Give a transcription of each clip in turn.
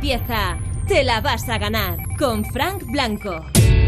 empieza Te la vas a ganar con Frank Blanco.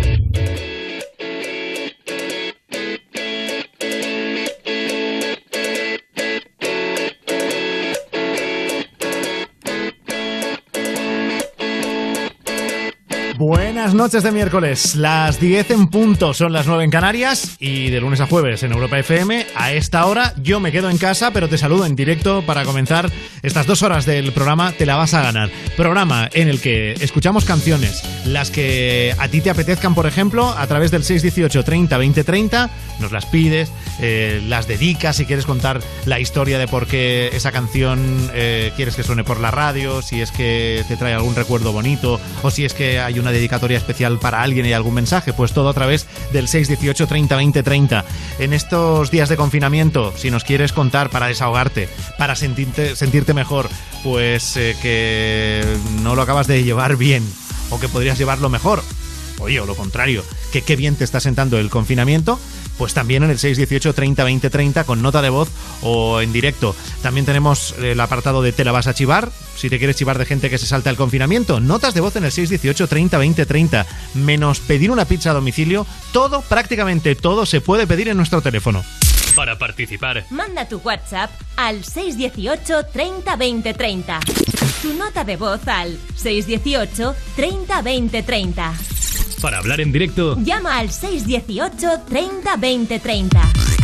Buenas noches de miércoles, las 10 en punto, son las 9 en Canarias y de lunes a jueves en Europa FM. A esta hora yo me quedo en casa, pero te saludo en directo para comenzar estas 2 horas del programa Te la vas a ganar. Programa en el que escuchamos canciones, las que a ti te apetezcan, por ejemplo, a través del 618 30 20 30, nos las pides, las dedicas si quieres contar la historia de por qué esa canción quieres que suene por la radio, si es que te trae algún recuerdo bonito o si es que hay una dedicatoria especial para alguien y algún mensaje, pues todo a través del 618 30 20 30. En estos días de confinamiento, si nos quieres contar para desahogarte, para sentirte mejor, pues que no lo acabas de llevar bien o que podrías llevarlo mejor, oye, o lo contrario, que qué bien te está sentando el confinamiento, pues también en el 618 30 20 30 con nota de voz o en directo. También tenemos el apartado de Te la vas a chivar, si te quieres chivar de gente que se salta el confinamiento. Notas de voz en el 618 30 20 30, menos pedir una pizza a domicilio, todo, prácticamente todo se puede pedir en nuestro teléfono. Para participar, manda tu WhatsApp al 618 30 20 30. Tu nota de voz al 618 30 20 30. Para hablar en directo, llama al 618 30 20 30.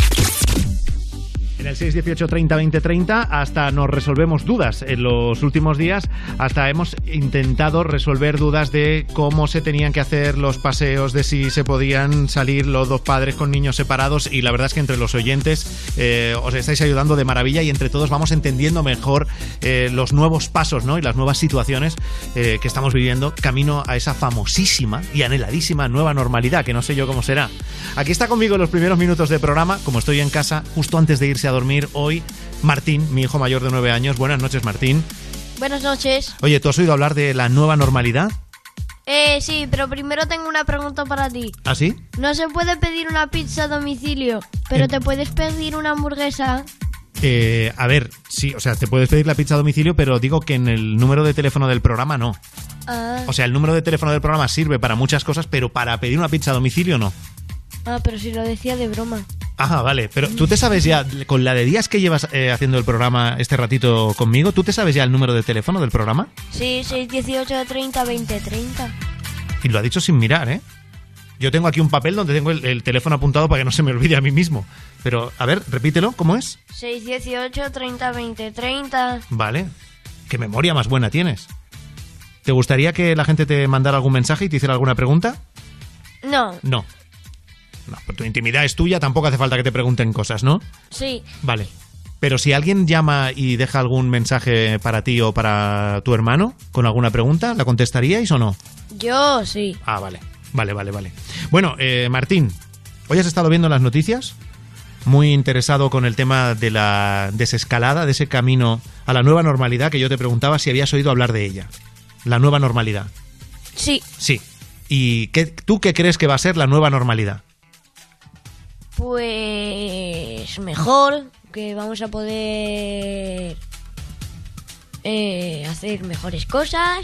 En el 618 30 20 30 hasta nos resolvemos dudas. En los últimos días hasta hemos intentado resolver dudas de cómo se tenían que hacer los paseos, de si se podían salir los dos padres con niños separados, y la verdad es que entre los oyentes os estáis ayudando de maravilla y entre todos vamos entendiendo mejor los nuevos pasos, ¿no? Y las nuevas situaciones que estamos viviendo camino a esa famosísima y anheladísima nueva normalidad, que no sé yo cómo será. Aquí está conmigo en los primeros minutos de programa, como estoy en casa, justo antes de irse a dormir hoy, Martín, mi hijo mayor de 9 años. Buenas noches, Martín. Buenas noches. Oye, ¿tú has oído hablar de la nueva normalidad? Sí, pero primero tengo una pregunta para ti. ¿Ah, sí? No se puede pedir una pizza a domicilio, pero te puedes pedir una hamburguesa. A ver, sí, o sea, te puedes pedir la pizza a domicilio, pero digo que en el número de teléfono del programa no. Ah. O sea, el número de teléfono del programa sirve para muchas cosas, pero para pedir una pizza a domicilio no. Ah, pero si lo decía de broma. Ajá, vale, pero tú te sabes ya, con la de días que llevas haciendo el programa este ratito conmigo, ¿tú te sabes ya el número de teléfono del programa? Sí, 618 30 20 30. Y lo ha dicho sin mirar, ¿eh? Yo tengo aquí un papel donde tengo el teléfono apuntado para que no se me olvide a mí mismo. Pero, a ver, repítelo, ¿cómo es? 618 30 20 30. Vale, qué memoria más buena tienes. ¿Te gustaría que la gente te mandara algún mensaje y te hiciera alguna pregunta? No. No. No, pues tu intimidad es tuya, tampoco hace falta que te pregunten cosas, ¿no? Sí. Vale. Pero si alguien llama y deja algún mensaje para ti o para tu hermano con alguna pregunta, ¿la contestaríais o no? Yo sí. Ah, vale. Vale. Bueno, Martín, ¿hoy has estado viendo las noticias? Muy interesado con el tema de la desescalada, de ese camino a la nueva normalidad que yo te preguntaba si habías oído hablar de ella. La nueva normalidad. Sí. Sí. ¿Y tú qué crees que va a ser la nueva normalidad? Pues mejor, que vamos a poder hacer mejores cosas.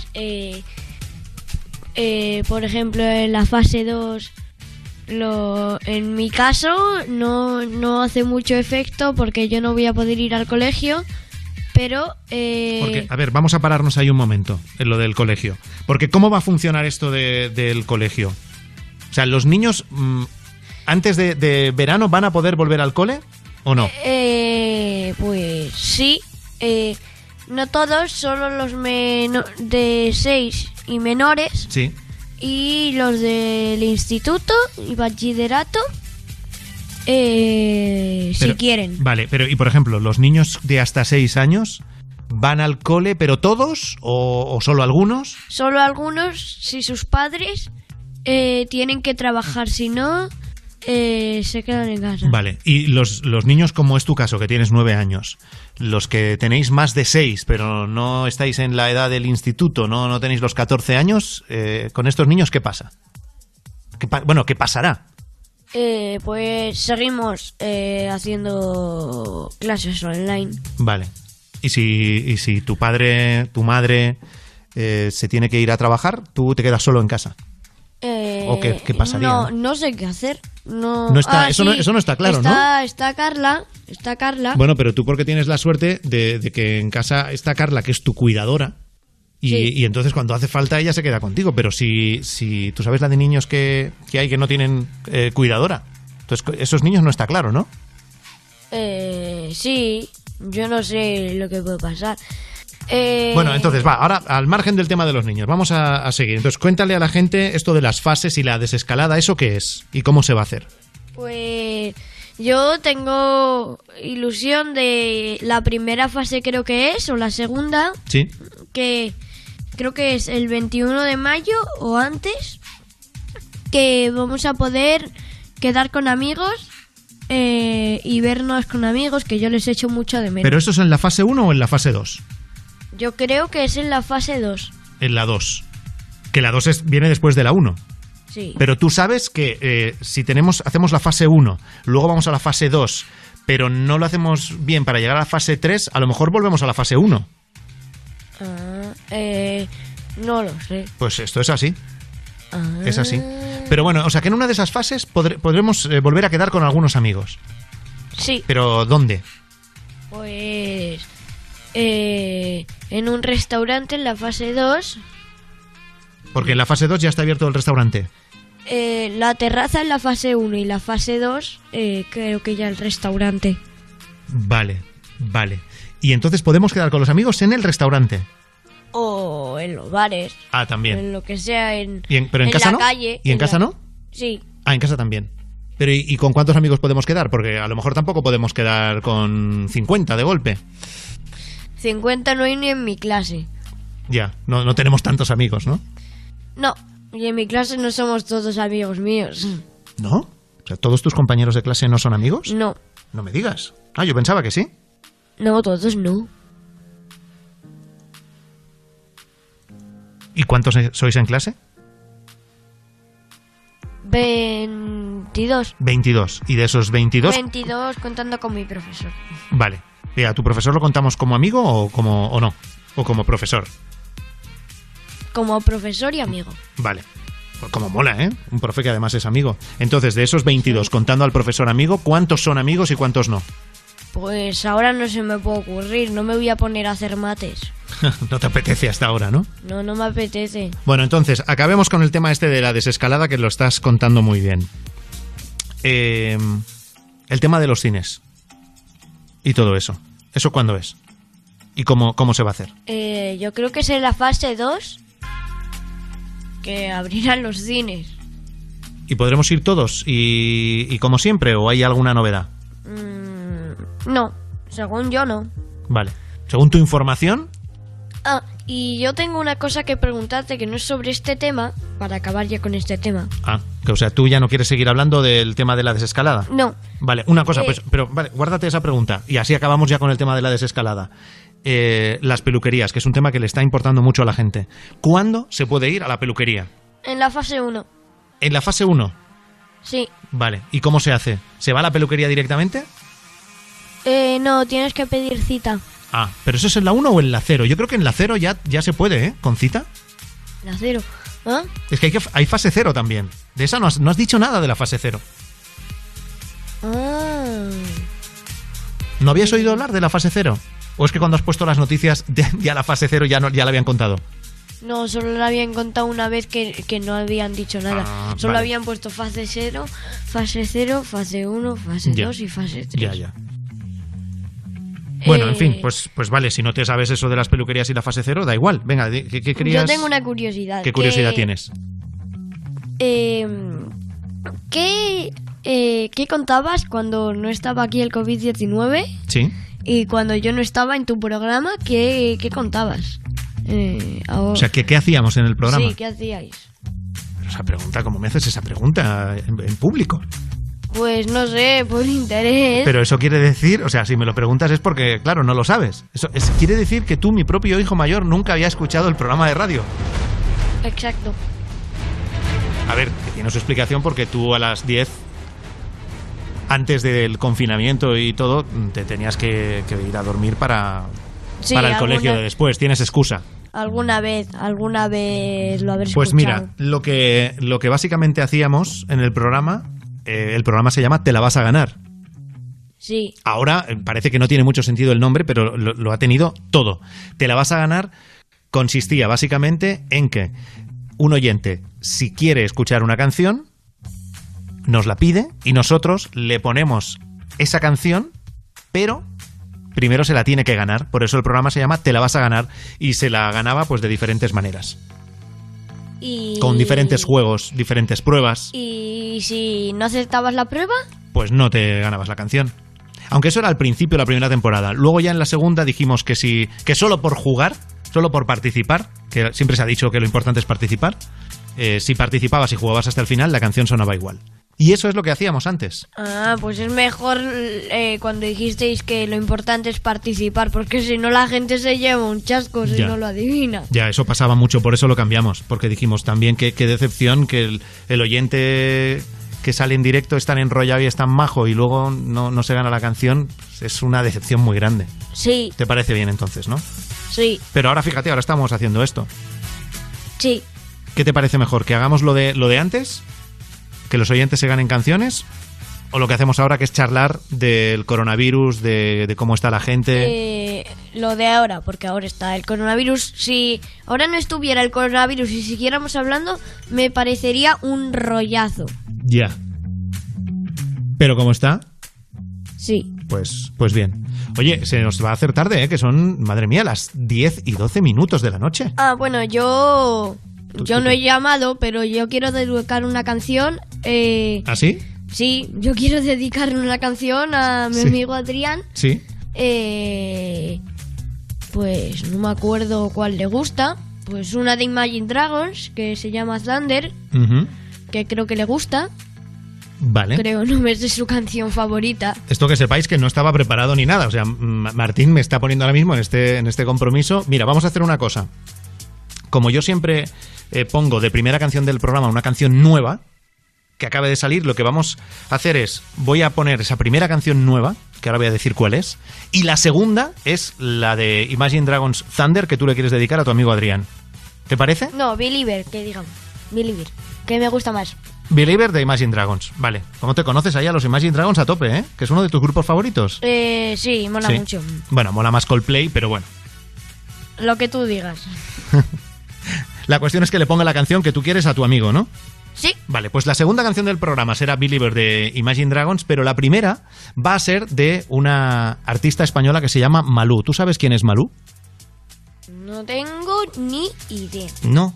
Por ejemplo, en la fase 2, en mi caso, no hace mucho efecto porque yo no voy a poder ir al colegio, pero... Porque, a ver, vamos a pararnos ahí un momento en lo del colegio. Porque ¿cómo va a funcionar esto del colegio? O sea, los niños... ¿Antes de verano van a poder volver al cole o no? Pues sí. No todos, solo los de 6 y menores. Sí. Y los del instituto y bachillerato, si quieren. Vale, pero y por ejemplo, ¿los niños de hasta 6 años van al cole, pero todos o solo algunos? Solo algunos, si sus padres tienen que trabajar, si no... se quedan en casa. Vale, y los niños, como es tu caso, que tienes 9 años, los que tenéis más de 6, pero no estáis en la edad del instituto, no tenéis los 14 años, ¿con estos niños qué pasa? ¿Qué pasará? Pues seguimos haciendo clases online. Vale. ¿Y si tu padre, tu madre se tiene que ir a trabajar, tú te quedas solo en casa. ¿O qué pasaría? No sé qué hacer. No está, eso no está claro, ¿no? Está Carla. Bueno, pero tú porque tienes la suerte de que en casa está Carla, que es tu cuidadora, y entonces cuando hace falta ella se queda contigo. Pero si tú sabes la de niños que hay que no tienen cuidadora, entonces esos niños no está claro, ¿no? Sí, yo no sé lo que puede pasar. Bueno, entonces ahora al margen del tema de los niños, vamos a seguir. Entonces cuéntale a la gente esto de las fases y la desescalada, ¿eso qué es? ¿Y cómo se va a hacer? Pues yo tengo ilusión de la primera fase, creo que es, o la segunda. Sí. Que creo que es el 21 de mayo o antes, que vamos a poder quedar con amigos y vernos con amigos, que yo les echo mucho de menos. ¿Pero eso es en la fase 1 o en la fase 2? Yo creo que es en la fase 2. En la 2. Que la 2 viene después de la 1. Sí. Pero tú sabes que si hacemos la fase 1, luego vamos a la fase 2, pero no lo hacemos bien para llegar a la fase 3, a lo mejor volvemos a la fase 1. No lo sé. Pues esto es así. Es así. Pero bueno, o sea que en una de esas fases podremos volver a quedar con algunos amigos. Sí. ¿Pero dónde? Pues en un restaurante en la fase 2. Porque en la fase 2 ya está abierto el restaurante. La terraza en la fase 1 y la fase 2 creo que ya el restaurante. Vale. Y entonces podemos quedar con los amigos en el restaurante. O en los bares. También. En lo que sea, pero en casa la no. Calle. ¿Y en casa no? Sí. En casa también. Pero ¿y con cuántos amigos podemos quedar? Porque a lo mejor tampoco podemos quedar con 50 de golpe. 50 no hay ni en mi clase. Ya, no tenemos tantos amigos, ¿no? No, y en mi clase no somos todos amigos míos. ¿No? O sea, ¿todos tus compañeros de clase no son amigos? No. No me digas. Yo pensaba que sí. No, todos no. ¿Y cuántos sois en clase? 22. 22. ¿Y de esos 22? 22 contando con mi profesor. Vale. ¿Y a tu profesor lo contamos como amigo o no? ¿O como profesor? Como profesor y amigo. Vale. Pues como mola, ¿eh? Un profe que además es amigo. Entonces, de esos 22, contando al profesor amigo, ¿cuántos son amigos y cuántos no? Pues ahora no se me puede ocurrir. No me voy a poner a hacer mates. No te apetece hasta ahora, ¿no? No me apetece. Bueno, entonces, acabemos con el tema este de la desescalada, que lo estás contando muy bien. El tema de los cines. Y todo eso. ¿Eso cuándo es? ¿Y cómo se va a hacer? Yo creo que es en la fase 2 que abrirán los cines. ¿Y podremos ir todos? ¿Y como siempre? ¿O hay alguna novedad? No, según yo no. Vale. Según tu información... Y yo tengo una cosa que preguntarte que no es sobre este tema, para acabar ya con este tema. O sea, tú ya no quieres seguir hablando del tema de la desescalada. No. Vale, una cosa, pero vale, guárdate esa pregunta y así acabamos ya con el tema de la desescalada. Las peluquerías, que es un tema que le está importando mucho a la gente. ¿Cuándo se puede ir a la peluquería? En la fase 1. ¿En la fase 1? Sí. Vale, ¿y cómo se hace? ¿Se va a la peluquería directamente? No, tienes que pedir cita. ¿Pero eso es en la 1 o en la 0? Yo creo que en la 0 ya se puede, ¿eh? ¿Con cita? La 0. Es que hay fase 0 también. De esa no has dicho nada de la fase 0. ¿No habías oído hablar de la fase 0? ¿O es que cuando has puesto las noticias ya la fase 0 ya la habían contado? No, solo la habían contado una vez que no habían dicho nada. Solo vale. habían puesto fase 0, fase 1, fase 2 y fase 3. Ya. Bueno, en fin, pues vale, si no te sabes eso de las peluquerías y la fase 0, da igual. Venga, ¿qué querías? Yo tengo una curiosidad. ¿Qué curiosidad tienes? ¿Qué contabas cuando no estaba aquí el COVID-19? Sí. Y cuando yo no estaba en tu programa, ¿qué contabas? O sea, ¿qué hacíamos en el programa? Sí, ¿qué hacíais? Pero esa pregunta, ¿cómo me haces esa pregunta en público? Pues no sé, por interés. Pero eso quiere decir, o sea, si me lo preguntas es porque, claro, no lo sabes. Quiere decir que tú, mi propio hijo mayor, nunca había escuchado el programa de radio. Exacto. A ver, que tiene su explicación porque tú a las 10, antes del confinamiento y todo, te tenías que ir a dormir para el colegio de después. Tienes excusa. alguna vez lo habré escuchado. Pues mira, lo que básicamente hacíamos en el programa se llama Te la vas a ganar. Sí. Ahora parece que no tiene mucho sentido el nombre, pero lo ha tenido todo. Te la vas a ganar consistía básicamente en que un oyente, si quiere escuchar una canción, nos la pide y nosotros le ponemos esa canción, pero primero se la tiene que ganar. Por eso el programa se llama Te la vas a ganar, y se la ganaba pues de diferentes maneras. Con diferentes juegos, diferentes pruebas. ¿Y si no aceptabas la prueba? Pues no te ganabas la canción. Aunque eso era al principio de la primera temporada. Luego ya en la segunda dijimos que solo por jugar, solo por participar, que siempre se ha dicho que lo importante es participar, si participabas y jugabas hasta el final, la canción sonaba igual. Y eso es lo que hacíamos antes. Ah, pues es mejor cuando dijisteis que lo importante es participar, porque si no la gente se lleva un chasco si no lo adivina. Ya, eso pasaba mucho, por eso lo cambiamos, porque dijimos también qué decepción que el oyente que sale en directo es tan enrollado y es tan majo y luego no se gana la canción. Es una decepción muy grande. Sí. ¿Te parece bien entonces, no? Sí. Pero ahora fíjate, ahora estamos haciendo esto. Sí. ¿Qué te parece mejor? ¿Que hagamos lo de antes? ¿Que los oyentes se ganen canciones? ¿O lo que hacemos ahora, que es charlar del coronavirus, de cómo está la gente? Lo de ahora, porque ahora está el coronavirus. Si ahora no estuviera el coronavirus y siguiéramos hablando, me parecería un rollazo. Ya. ¿Pero cómo está? Sí. Pues bien. Oye, se nos va a hacer tarde, ¿eh? Que son, madre mía, las 10 y 12 minutos de la noche. Ah, bueno, yo no he llamado, pero yo quiero dedicar una canción. ¿Ah, sí? Sí, yo quiero dedicar una canción a mi amigo Adrián. Sí. Pues no me acuerdo cuál le gusta. Pues una de Imagine Dragons, que se llama Thunder, que creo que le gusta. Vale. Creo, no es de su canción favorita. Esto que sepáis que no estaba preparado ni nada. O sea, Martín me está poniendo ahora mismo en este compromiso. Mira, vamos a hacer una cosa. Como yo siempre pongo de primera canción del programa una canción nueva que acabe de salir, lo que vamos a hacer es, voy a poner esa primera canción nueva, que ahora voy a decir cuál es, y la segunda es la de Imagine Dragons Thunder, que tú le quieres dedicar a tu amigo Adrián. ¿Te parece? No, Believer, que digamos. Believer, que me gusta más. Believer de Imagine Dragons, vale. ¿Cómo te conoces ahí a los Imagine Dragons a tope, eh? Que es uno de tus grupos favoritos. Sí, mola mucho. Bueno, mola más Coldplay, pero bueno. Lo que tú digas. La cuestión es que le ponga la canción que tú quieres a tu amigo, ¿no? Sí. Vale, pues la segunda canción del programa será Believer de Imagine Dragons, pero la primera va a ser de una artista española que se llama Malú. ¿Tú sabes quién es Malú? No tengo ni idea. No.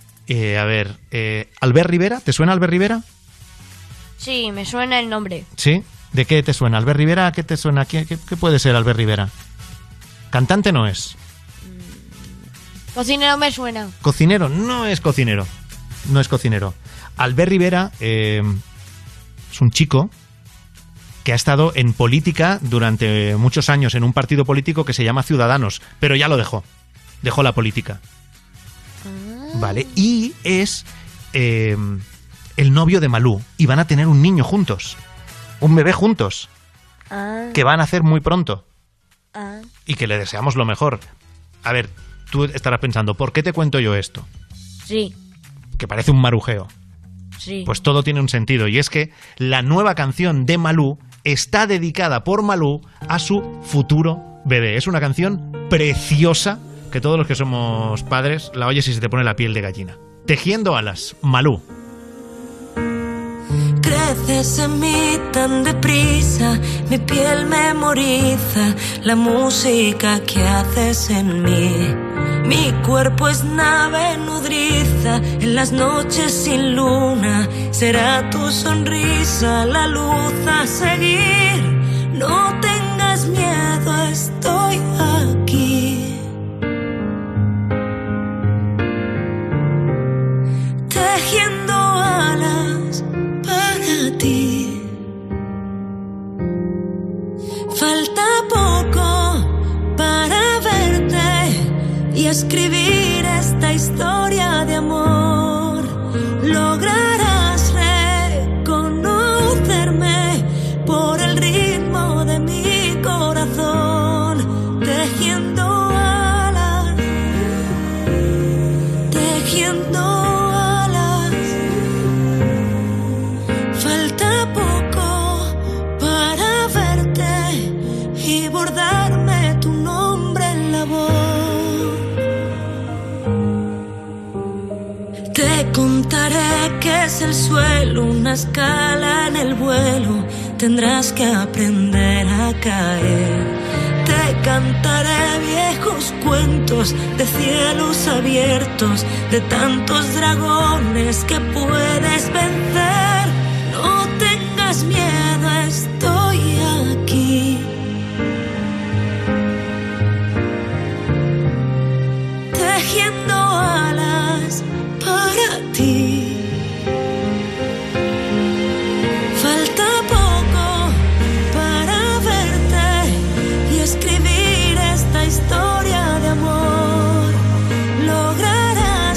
Albert Rivera, ¿te suena Albert Rivera? Sí, me suena el nombre. ¿Sí? ¿De qué te suena? ¿Albert Rivera? ¿Qué te suena? ¿Qué puede ser Albert Rivera? ¿Cantante no es? Cocinero me suena. ¿Cocinero? No es cocinero. No es cocinero. Albert Rivera es un chico que ha estado en política durante muchos años en un partido político que se llama Ciudadanos, pero ya lo dejó. Dejó la política. Vale. Y es el novio de Malú. Y van a tener un niño juntos. Un bebé juntos. Que van a hacer muy pronto. Y que le deseamos lo mejor. A ver, tú estarás pensando, ¿por qué te cuento yo esto? Sí. Que parece un marujeo. Sí. Pues todo tiene un sentido, y es que la nueva canción de Malú está dedicada por Malú a su futuro bebé. Es una canción preciosa que todos los que somos padres la oyes y se te pone la piel de gallina. Tejiendo alas, Malú. Creces en mí tan deprisa, mi piel memoriza la música que haces en mí. Mi cuerpo es nave nodriza en las noches sin luna. Será tu sonrisa la luz a seguir. No tengas miedo, estoy aquí. Tejiendo alas para ti. Falta poco para verte y escribir esta historia de amor. Lograrás reconocerme por el ritmo de mi corazón, tejiendo tejiendo alas. Falta poco para verte y bordarme tu nombre en la voz. Te contaré que es el suelo, una escala en el vuelo. Tendrás que aprender a caer. Te cantaré viejos cuentos de cielos abiertos, de tantos dragones que puedes vencer. No tengas miedo, estoy aquí. Tejiendo alas para ti. Falta poco para verte y escribir esta historia de amor. Lograrás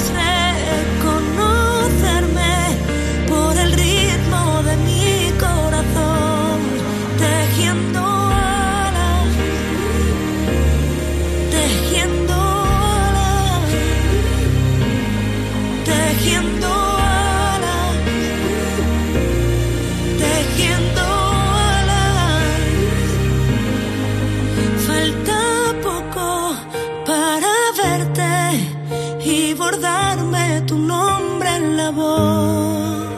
reconocerme por el ritmo de mi corazón. Tejiendo alas, tejiendo alas, tejiendo alas, tejiendo alas. Falta poco para verte y bordarme tu nombre en la voz.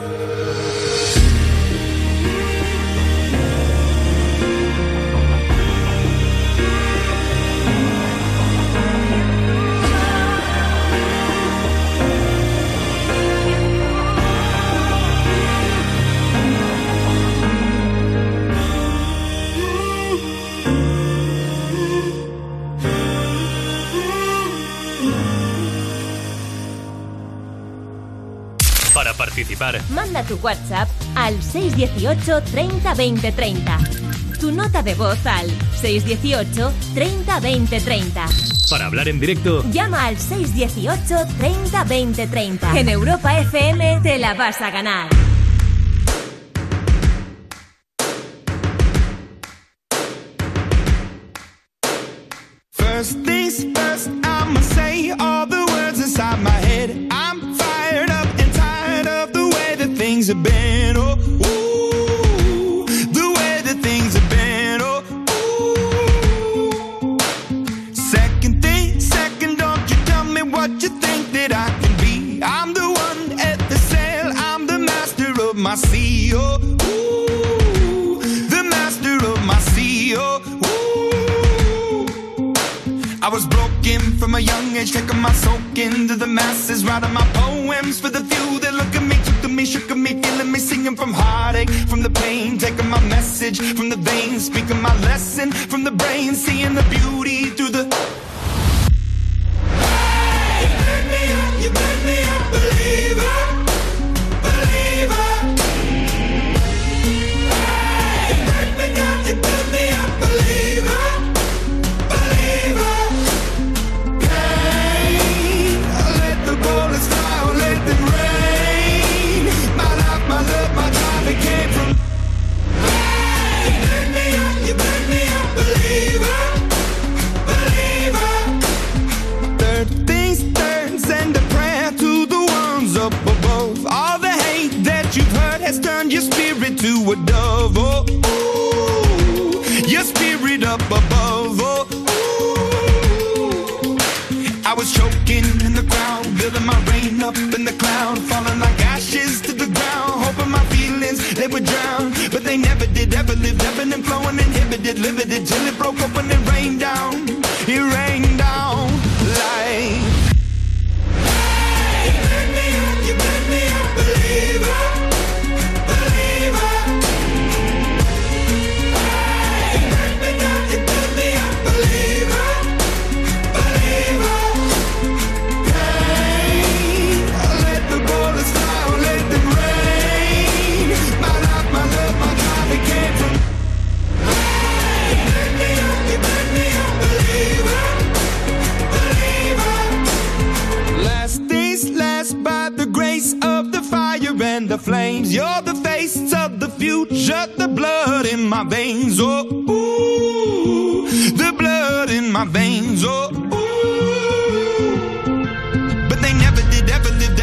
Para participar, Manda tu WhatsApp al 618 30 20 30. Tu nota de voz al 618 30 20 30. para hablar en directo, Llama al 618 30 20 30. En Europa FM te la vas a ganar. First things first, I'ma say all the words inside my head. I'm fired up and tired of the way that things have been. Oh, ooh, the way that things have been. Oh, ooh. Second thing, second, don't you tell me what you think that I can be. I'm the one at the sail, I'm the master of my sea. Oh, ooh, the master of my sea. Oh, I was broken from a young age, taking my soak into the masses, writing my poems for the few that look at me, took to me, shook at me, feeling me, singing from heartache, from the pain, taking my message from the veins, speaking my lesson from the brain, seeing the beauty through the... Hey, you burn me up, you burn me up, believer, believer. Hey, you burn me down, you burn me up, believer. Turn your spirit to a dove, oh, ooh, your spirit up above, oh, ooh. I was choking in the crowd, building my rain up in the cloud, falling like ashes to the ground, hoping my feelings, they would drown, but they never did, ever lived, ebbing and flowing, inhibited, limited, till it broke open and rained down, it rained down like... Hey, you burn me up, you burn me up, believer. And the flames, you're the face of the future, the blood in my veins, oh, ooh, the blood in my veins, oh, ooh. But they never did, ever lived,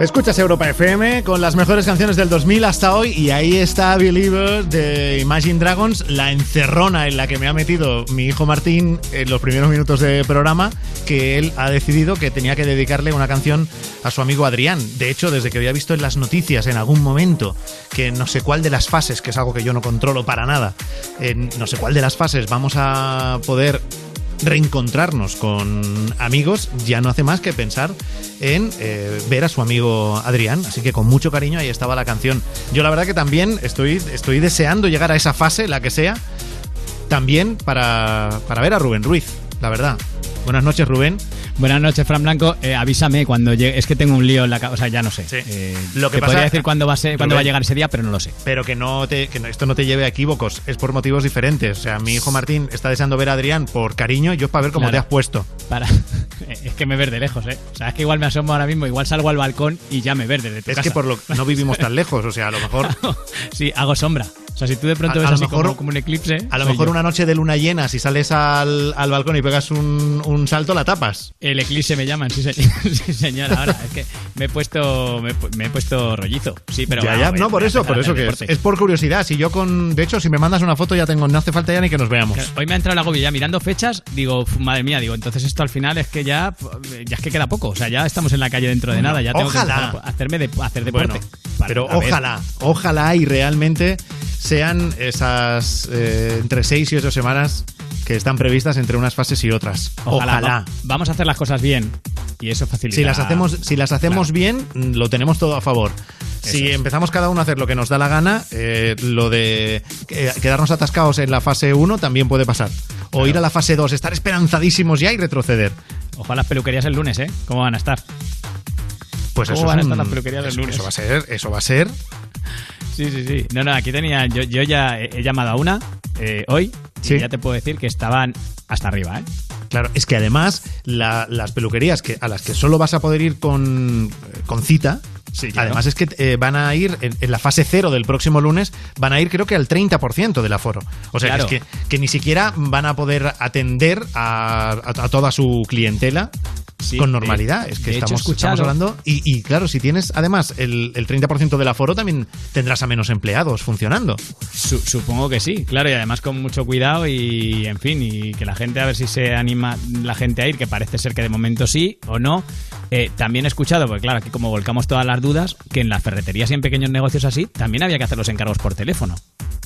Escuchas Europa FM con las mejores canciones del 2000 hasta hoy y ahí está Believer de Imagine Dragons, la encerrona en la que me ha metido mi hijo Martín en los primeros minutos de programa, que él ha decidido que tenía que dedicarle una canción a su amigo Adrián. De hecho, desde que había visto en las noticias en algún momento que no sé cuál de las fases, que es algo que yo no controlo para nada, no sé cuál de las fases vamos a poder reencontrarnos con amigos, ya no hace más que pensar en ver a su amigo Adrián, así que con mucho cariño ahí estaba la canción. Yo la verdad que también estoy deseando llegar a esa fase, la que sea, también para ver a Rubén Ruiz, la verdad. Buenas noches, Rubén. Buenas noches, Fran Blanco. Avísame cuando llegue. Es que tengo un lío en la cabeza. O sea, ya no sé. Sí. Lo que te pasa, podría decir cuándo va a llegar ese día, pero no lo sé. Pero que esto no te lleve a equívocos. Es por motivos diferentes. O sea, mi hijo Martín está deseando ver a Adrián por cariño y yo para ver cómo te has puesto. Es que me ves de lejos, ¿eh? O sea, es que igual me asomo ahora mismo, igual salgo al balcón y ya me ves desde tu casa. Es que no vivimos tan lejos. O sea, a lo mejor... Sí, hago sombra. O sea, si tú de pronto ves así como un eclipse... A lo mejor una noche de luna llena, si sales al balcón y pegas un salto, la tapas. El eclipse me llaman, sí, sí señora. Ahora, es que me he puesto rollizo. Sí, pero... Ya, no, por eso que es por curiosidad. Si yo de hecho, si me mandas una foto ya no hace falta ya ni que nos veamos. Hoy me ha entrado el agobio ya mirando fechas, digo, madre mía, entonces esto al final es que ya es que queda poco. O sea, ya estamos en la calle dentro de nada. Ya tengo ojalá. que hacer deporte. Pero ojalá y realmente sean esas entre 6 y 8 semanas que están previstas entre unas fases y otras. Ojalá. Vamos a hacer las cosas bien y eso facilita. Si las hacemos bien, lo tenemos todo a favor. Si empezamos cada uno a hacer lo que nos da la gana, lo de quedarnos atascados en la fase 1 también puede pasar. O ir a la fase 2, estar esperanzadísimos ya y retroceder. Ojalá las peluquerías el lunes, ¿eh? ¿Cómo van a estar? Pues ¿Cómo van a estar las peluquerías el lunes? Eso va a ser. Sí. No, aquí tenía... Yo ya he llamado a una hoy y ya te puedo decir que estaban hasta arriba, ¿eh? Claro, es que además las peluquerías a las que solo vas a poder ir con cita... Sí, claro. Además es que van a ir en la fase 0 del próximo lunes, van a ir creo que al 30% del aforo. O sea, claro. que ni siquiera van a poder atender a toda su clientela con normalidad. Es que estamos hablando... Y claro, si tienes además el 30% del aforo, también tendrás a menos empleados funcionando. Supongo que sí, claro, y además con mucho cuidado y, en fin, y que la gente, a ver si se anima la gente a ir, que parece ser que de momento sí o no. También he escuchado, porque claro, aquí como volcamos todas las dudas, que en las ferreterías y en pequeños negocios así, también había que hacer los encargos por teléfono.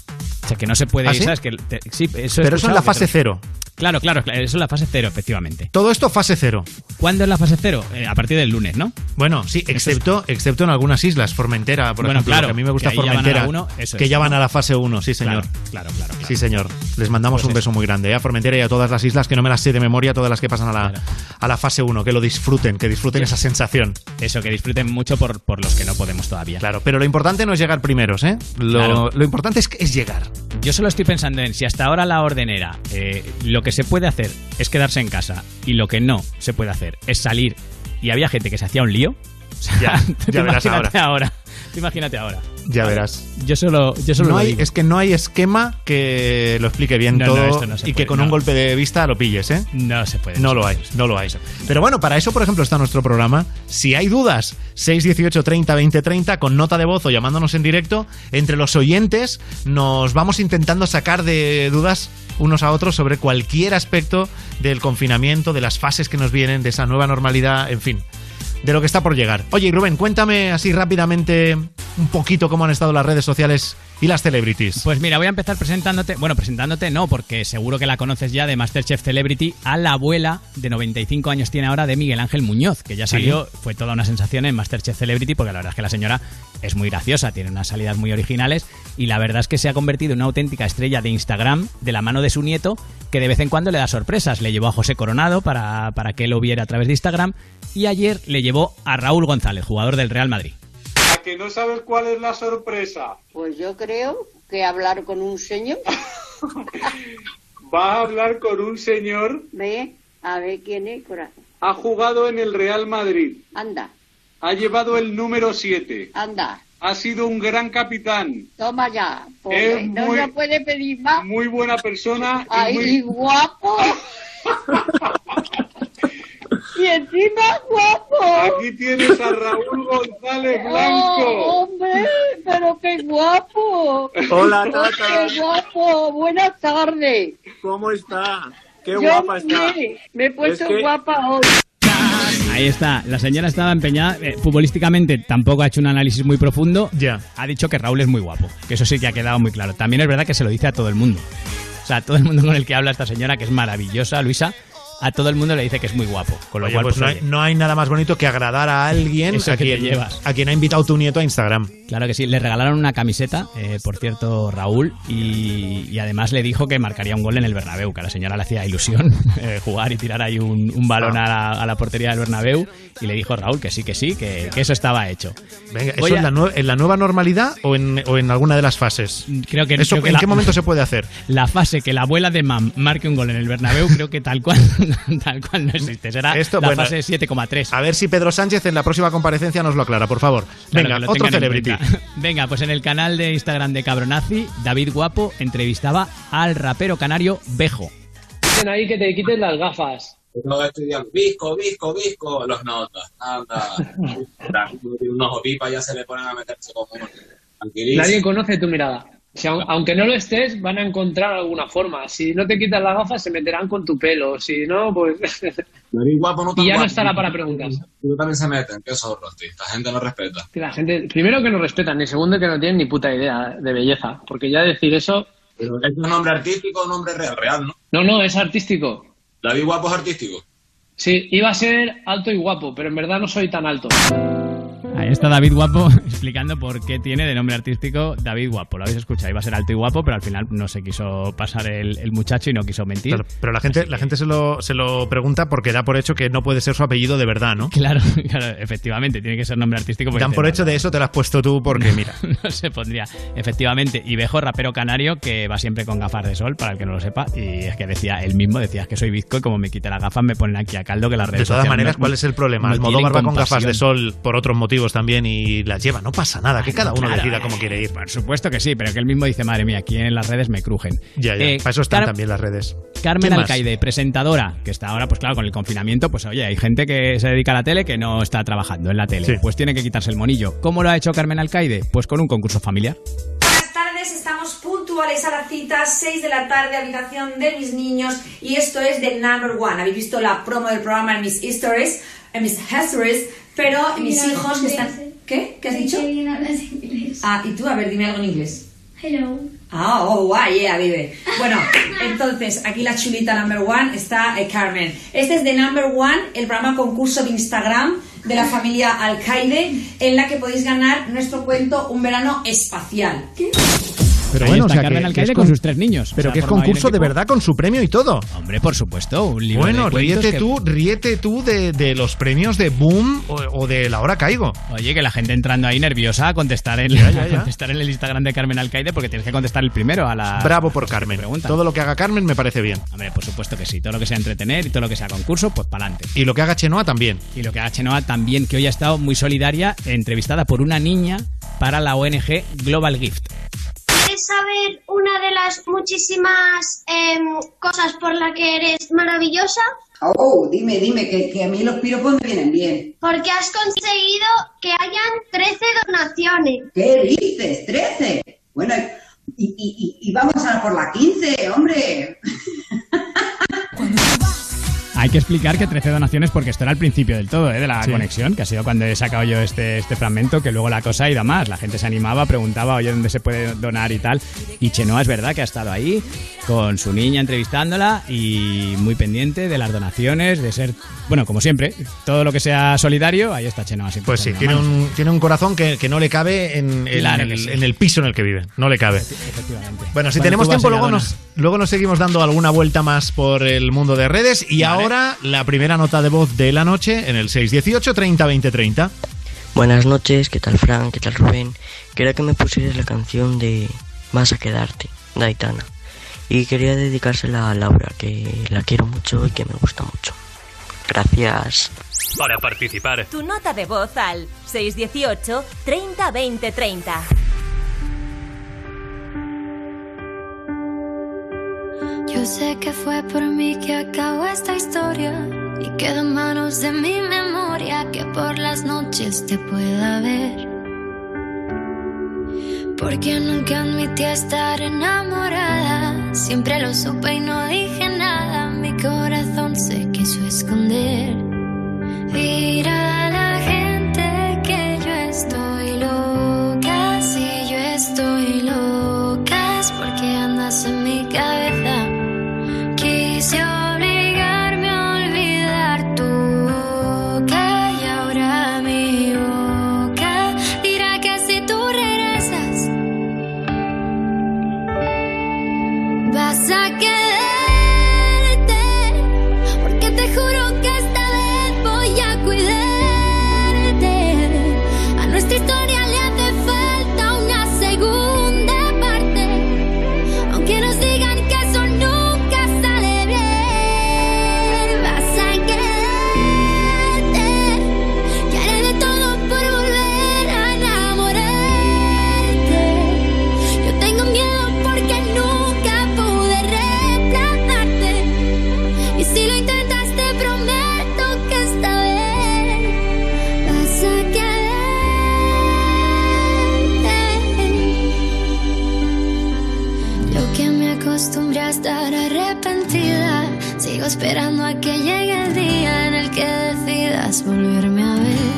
O sea, que no se puede ir, ¿sí? ¿Sabes? Pero eso es la fase 0. Claro, eso es la fase 0, efectivamente. Todo esto fase 0. ¿Cuándo es la fase 0? A partir del lunes, ¿no? Bueno, sí, excepto en algunas islas, Formentera, por ejemplo, claro, que a mí me gusta Formentera, ya van a la fase 1, sí señor. Claro. Sí señor, les mandamos un beso muy grande a Formentera y a todas las islas, que no me las sé de memoria, todas las que pasan a la fase 1, que lo disfruten, esa sensación. Eso, que disfruten mucho por los que no podemos todavía. Claro, pero lo importante no es llegar primeros, ¿eh? Lo importante es llegar. Yo solo estoy pensando en si hasta ahora la orden era lo que se puede hacer es quedarse en casa y lo que no se puede hacer es salir, y había gente que se hacía un lío. O sea, ya verás ahora. Imagínate ahora. Ya verás. Yo solo no hay, es que no hay esquema que lo explique bien todo y que con un golpe de vista lo pilles, ¿eh? No se puede. No lo hay. Pero bueno, para eso, por ejemplo, está nuestro programa. Si hay dudas, 618 30 20 30, con nota de voz o llamándonos en directo, entre los oyentes nos vamos intentando sacar de dudas unos a otros sobre cualquier aspecto del confinamiento, de las fases que nos vienen, de esa nueva normalidad, en fin, de lo que está por llegar. Oye, Rubén, cuéntame así rápidamente un poquito cómo han estado las redes sociales y las celebrities. Pues mira, voy a empezar presentándote no, porque seguro que la conoces ya, de Masterchef Celebrity, a la abuela de 95 años tiene ahora, de Miguel Ángel Muñoz, que ya salió, fue toda una sensación en Masterchef Celebrity, porque la verdad es que la señora es muy graciosa, tiene unas salidas muy originales y la verdad es que se ha convertido en una auténtica estrella de Instagram de la mano de su nieto, que de vez en cuando le da sorpresas. Le llevó a José Coronado para que lo viera a través de Instagram, y ayer le llevó a Raúl González, jugador del Real Madrid. ¿A que no sabes cuál es la sorpresa? Pues yo creo que hablar con un señor. Va a hablar con un señor. Ve, a ver quién es, corazón. Ha jugado en el Real Madrid. Anda. Ha llevado el número 7. Anda. Ha sido un gran capitán. Toma ya. No se puede pedir más. Muy buena persona. Ay, guapo. Y encima guapo. Aquí tienes a Raúl González Blanco. Oh, hombre, pero qué guapo. Hola, Oh, Tata. qué guapo. Buenas tardes. ¿Cómo está? Qué Yo guapa está. me he puesto Es que- guapa hoy. Ahí está, la señora estaba empeñada, futbolísticamente tampoco ha hecho un análisis muy profundo, Ya. ha dicho que Raúl es muy guapo, que eso sí que ha quedado muy claro. También es verdad que se lo dice a todo el mundo. O sea, a todo el mundo con el que habla esta señora, que es maravillosa, Luisa, a todo el mundo le dice que es muy guapo. Con lo Oye, cual, pues oye, no hay nada más bonito que agradar a alguien Eso a que te quien, llevas. a quien ha invitado tu nieto a Instagram. Claro que sí, le regalaron una camiseta, por cierto, Raúl, y además le dijo que marcaría un gol en el Bernabéu, que a la señora le hacía ilusión jugar y tirar ahí un balón a la portería del Bernabéu, y le dijo Raúl que sí, que eso estaba hecho. Venga, ¿eso Voy a- en la nueva normalidad o en alguna de las fases? Creo que, ¿Eso creo que en la- qué momento se puede hacer? La fase que la abuela de Mam marque un gol en el Bernabéu, creo que tal cual no existe. Será Esto, la bueno, fase 7,3. A ver si Pedro Sánchez en la próxima comparecencia nos lo aclara, por favor. Claro, Venga, que lo otro tengan en celebrity. cuenta. Venga, pues en el canal de Instagram de Cabronazi, David Guapo entrevistaba al rapero canario Bejo. Dicen ahí que te quites las gafas. Luego estudian visco, los notas. Anda. Un ojo pipa ya se le ponen a meterse como uno. Tranquilísimo. Nadie conoce tu mirada. Si aunque no lo estés, van a encontrar alguna forma. Si no te quitas las gafas, se meterán con tu pelo. Si no, pues... David Guapo no tan Y ya no guapo. estará para preguntas. Y también se meten. Qué zorros, tío. La gente no respeta. Que la gente, primero que no respetan, y segundo que no tienen ni puta idea de belleza. Porque ya decir eso... Pero ¿es un nombre artístico o un nombre real, no? No, es artístico. David Guapo es artístico. Sí, iba a ser alto y guapo, pero en verdad no soy tan alto. Ahí está David Guapo explicando por qué tiene de nombre artístico David Guapo. Lo habéis escuchado, iba a ser alto y guapo, pero al final no se quiso pasar el muchacho y no quiso mentir. Pero la gente se lo pregunta porque da por hecho que no puede ser su apellido de verdad, ¿no? Claro, efectivamente, tiene que ser nombre artístico. Dan por hecho de eso, te lo has puesto tú porque, mira. No se pondría, efectivamente. Y Bejo, rapero canario, que va siempre con gafas de sol, para el que no lo sepa. Y es que él mismo decía que soy bizco y como me quite las gafas me ponen aquí a caldo que las redes De todas sociales maneras, no- ¿cuál es el problema? no Almodóvar tienen va con gafas de compasión. sol por otros motivos también y las lleva. No pasa nada, que cada uno Claro, decida cómo quiere ir. Por supuesto que sí, pero que él mismo dice, madre mía, aquí en las redes me crujen. Ya, para eso están también las redes. Carmen ¿Quién más? Alcaide, presentadora, que está ahora, pues claro, con el confinamiento, pues oye, hay gente que se dedica a la tele que no está trabajando en la tele. Sí. Pues tiene que quitarse el monillo. ¿Cómo lo ha hecho Carmen Alcaide? Pues con un concurso familiar. Buenas tardes, estamos puntuales a la cita, 6 de la tarde, habitación de mis niños, y esto es The Number One. Habéis visto la promo del programa en mis stories, pero mis hijos que están... ¿Qué? ¿Qué has dicho? Que bien hablas inglés. Ah, y tú, a ver, dime algo en inglés. Hello. Ah, oh, guay, yeah, vive. Bueno, entonces, aquí la chulita number one está Carmen. Este es The Number One, el programa concurso de Instagram de la familia Alcaide, en la que podéis ganar nuestro cuento Un verano espacial. Pero Ahí bueno, está o sea, Carmen que Alcaide es con sus 3 niños. Pero O sea, que es forma ahí el concurso de equipo. verdad con su premio y todo. Hombre, por supuesto, un libro Bueno, de cuentos ríete tú de los premios de Boom o de La Hora Caigo. Oye, que la gente entrando ahí nerviosa a contestar en, Ya. a contestar en el Instagram de Carmen Alcaide, porque tienes que contestar el primero a la... Bravo por Carmen. Todo lo que haga Carmen me parece bien. Hombre, por supuesto que sí. Todo lo que sea entretener y todo lo que sea concurso, pues para adelante. Y lo que haga Chenoa también. Y lo que haga Chenoa también, que hoy ha estado muy solidaria, entrevistada por una niña para la ONG Global Gift. ¿Quieres saber una de las muchísimas cosas por las que eres maravillosa? Oh, dime, que a mí los piropos me vienen bien. Porque has conseguido que hayan 13 donaciones. ¿Qué dices? ¿13? Bueno, y vamos a por la 15, hombre. Hay que explicar que 13 donaciones porque esto era el principio del todo, de la conexión, que ha sido cuando he sacado yo este fragmento, que luego la cosa ha ido a más. La gente se animaba, preguntaba, oye, ¿dónde se puede donar y tal? Y Chenoa es verdad que ha estado ahí con su niña entrevistándola y muy pendiente de las donaciones, de ser, bueno, como siempre, todo lo que sea solidario, ahí está Chenoa siempre. Pues sí, con una mano. tiene un corazón que no le cabe en el piso en el que vive. No le cabe. Efectivamente. Bueno, si Bueno, tenemos tú vas tiempo, allá, luego nos seguimos dando alguna vuelta más por el mundo de redes. Y ahora la primera nota de voz de la noche en el 618 30 20 30. Buenas noches, ¿qué tal Fran? ¿Qué tal Rubén? Quería que me pusieras la canción de Vas a quedarte, de Aitana. Y quería dedicársela a Laura, que la quiero mucho y que me gusta mucho. Gracias. Para participar, Tu nota de voz al 618 30 20 30. Yo sé que fue por mí que acabó esta historia. y queda en manos de mi memoria que por las noches te pueda ver. Porque nunca admití estar enamorada, siempre lo supe y no dije nada, mi corazón se quiso esconder. Dirá la gente que yo estoy loca, si yo estoy loca es porque andas en mi cabeza. Quise obligarme a olvidar tu boca y ahora mi boca dirá que si tú regresas vas a quedarte, porque te juro que esta vez voy a cuidarte. A nuestra historia le hace falta una segunda parte, aunque nos digan que eso nunca sale bien. Vas a quedarte y haré de todo por volver a enamorarte. Yo tengo miedo porque nunca pude reemplazarte, y si lo intentas te prometo que esta vez vas a quedarte. Yo que me acostumbré a estar arrepentida, sigo esperando a que llegue el día en el que decidas volverme a ver.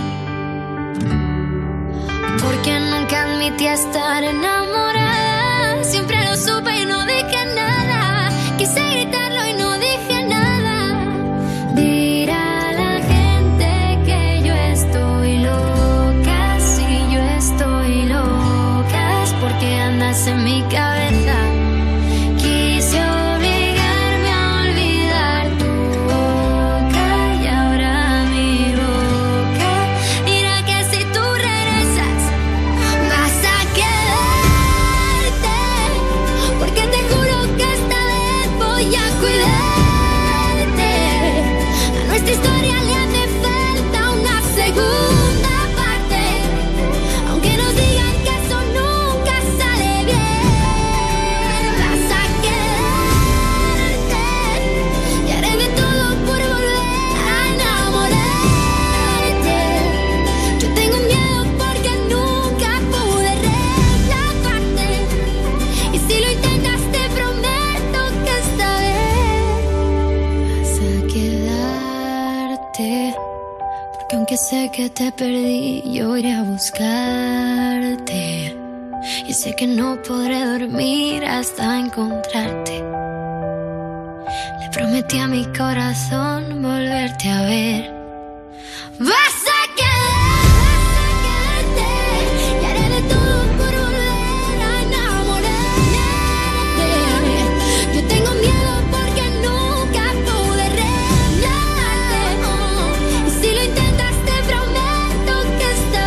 Porque nunca admití estar enamorada, siempre lo supe y no dije nada, quise gritarlo y no dije nada. Dirá la gente que yo estoy loca, si yo estoy loca es porque andas en mi cabeza. Quise obligarme a olvidar tu boca y ahora mi boca dirá que si tú regresas vas a quedarte, porque te juro que esta vez voy a cuidarte. A nuestra historia le hace falta una segunda parte, aunque nos digan que eso nunca sale bien. Vas a quedarte y haré de todo por volver a enamorarte. Yo tengo miedo porque nunca pude reemplazarte, y si lo intentas te prometo que esta vez vas a quedarte. Porque aunque sé que te perdí, yo iré a buscarte, y sé que no podré dormir hasta encontrarte. Le prometí a mi corazón volverte a ver. Vas a quedarte y haré de todo por volver a enamorarte. Yo tengo miedo porque nunca pude reemplazarte, y si lo intentas te prometo que esta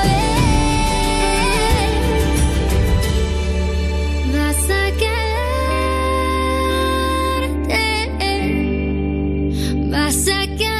vez vas a quedarte, vas a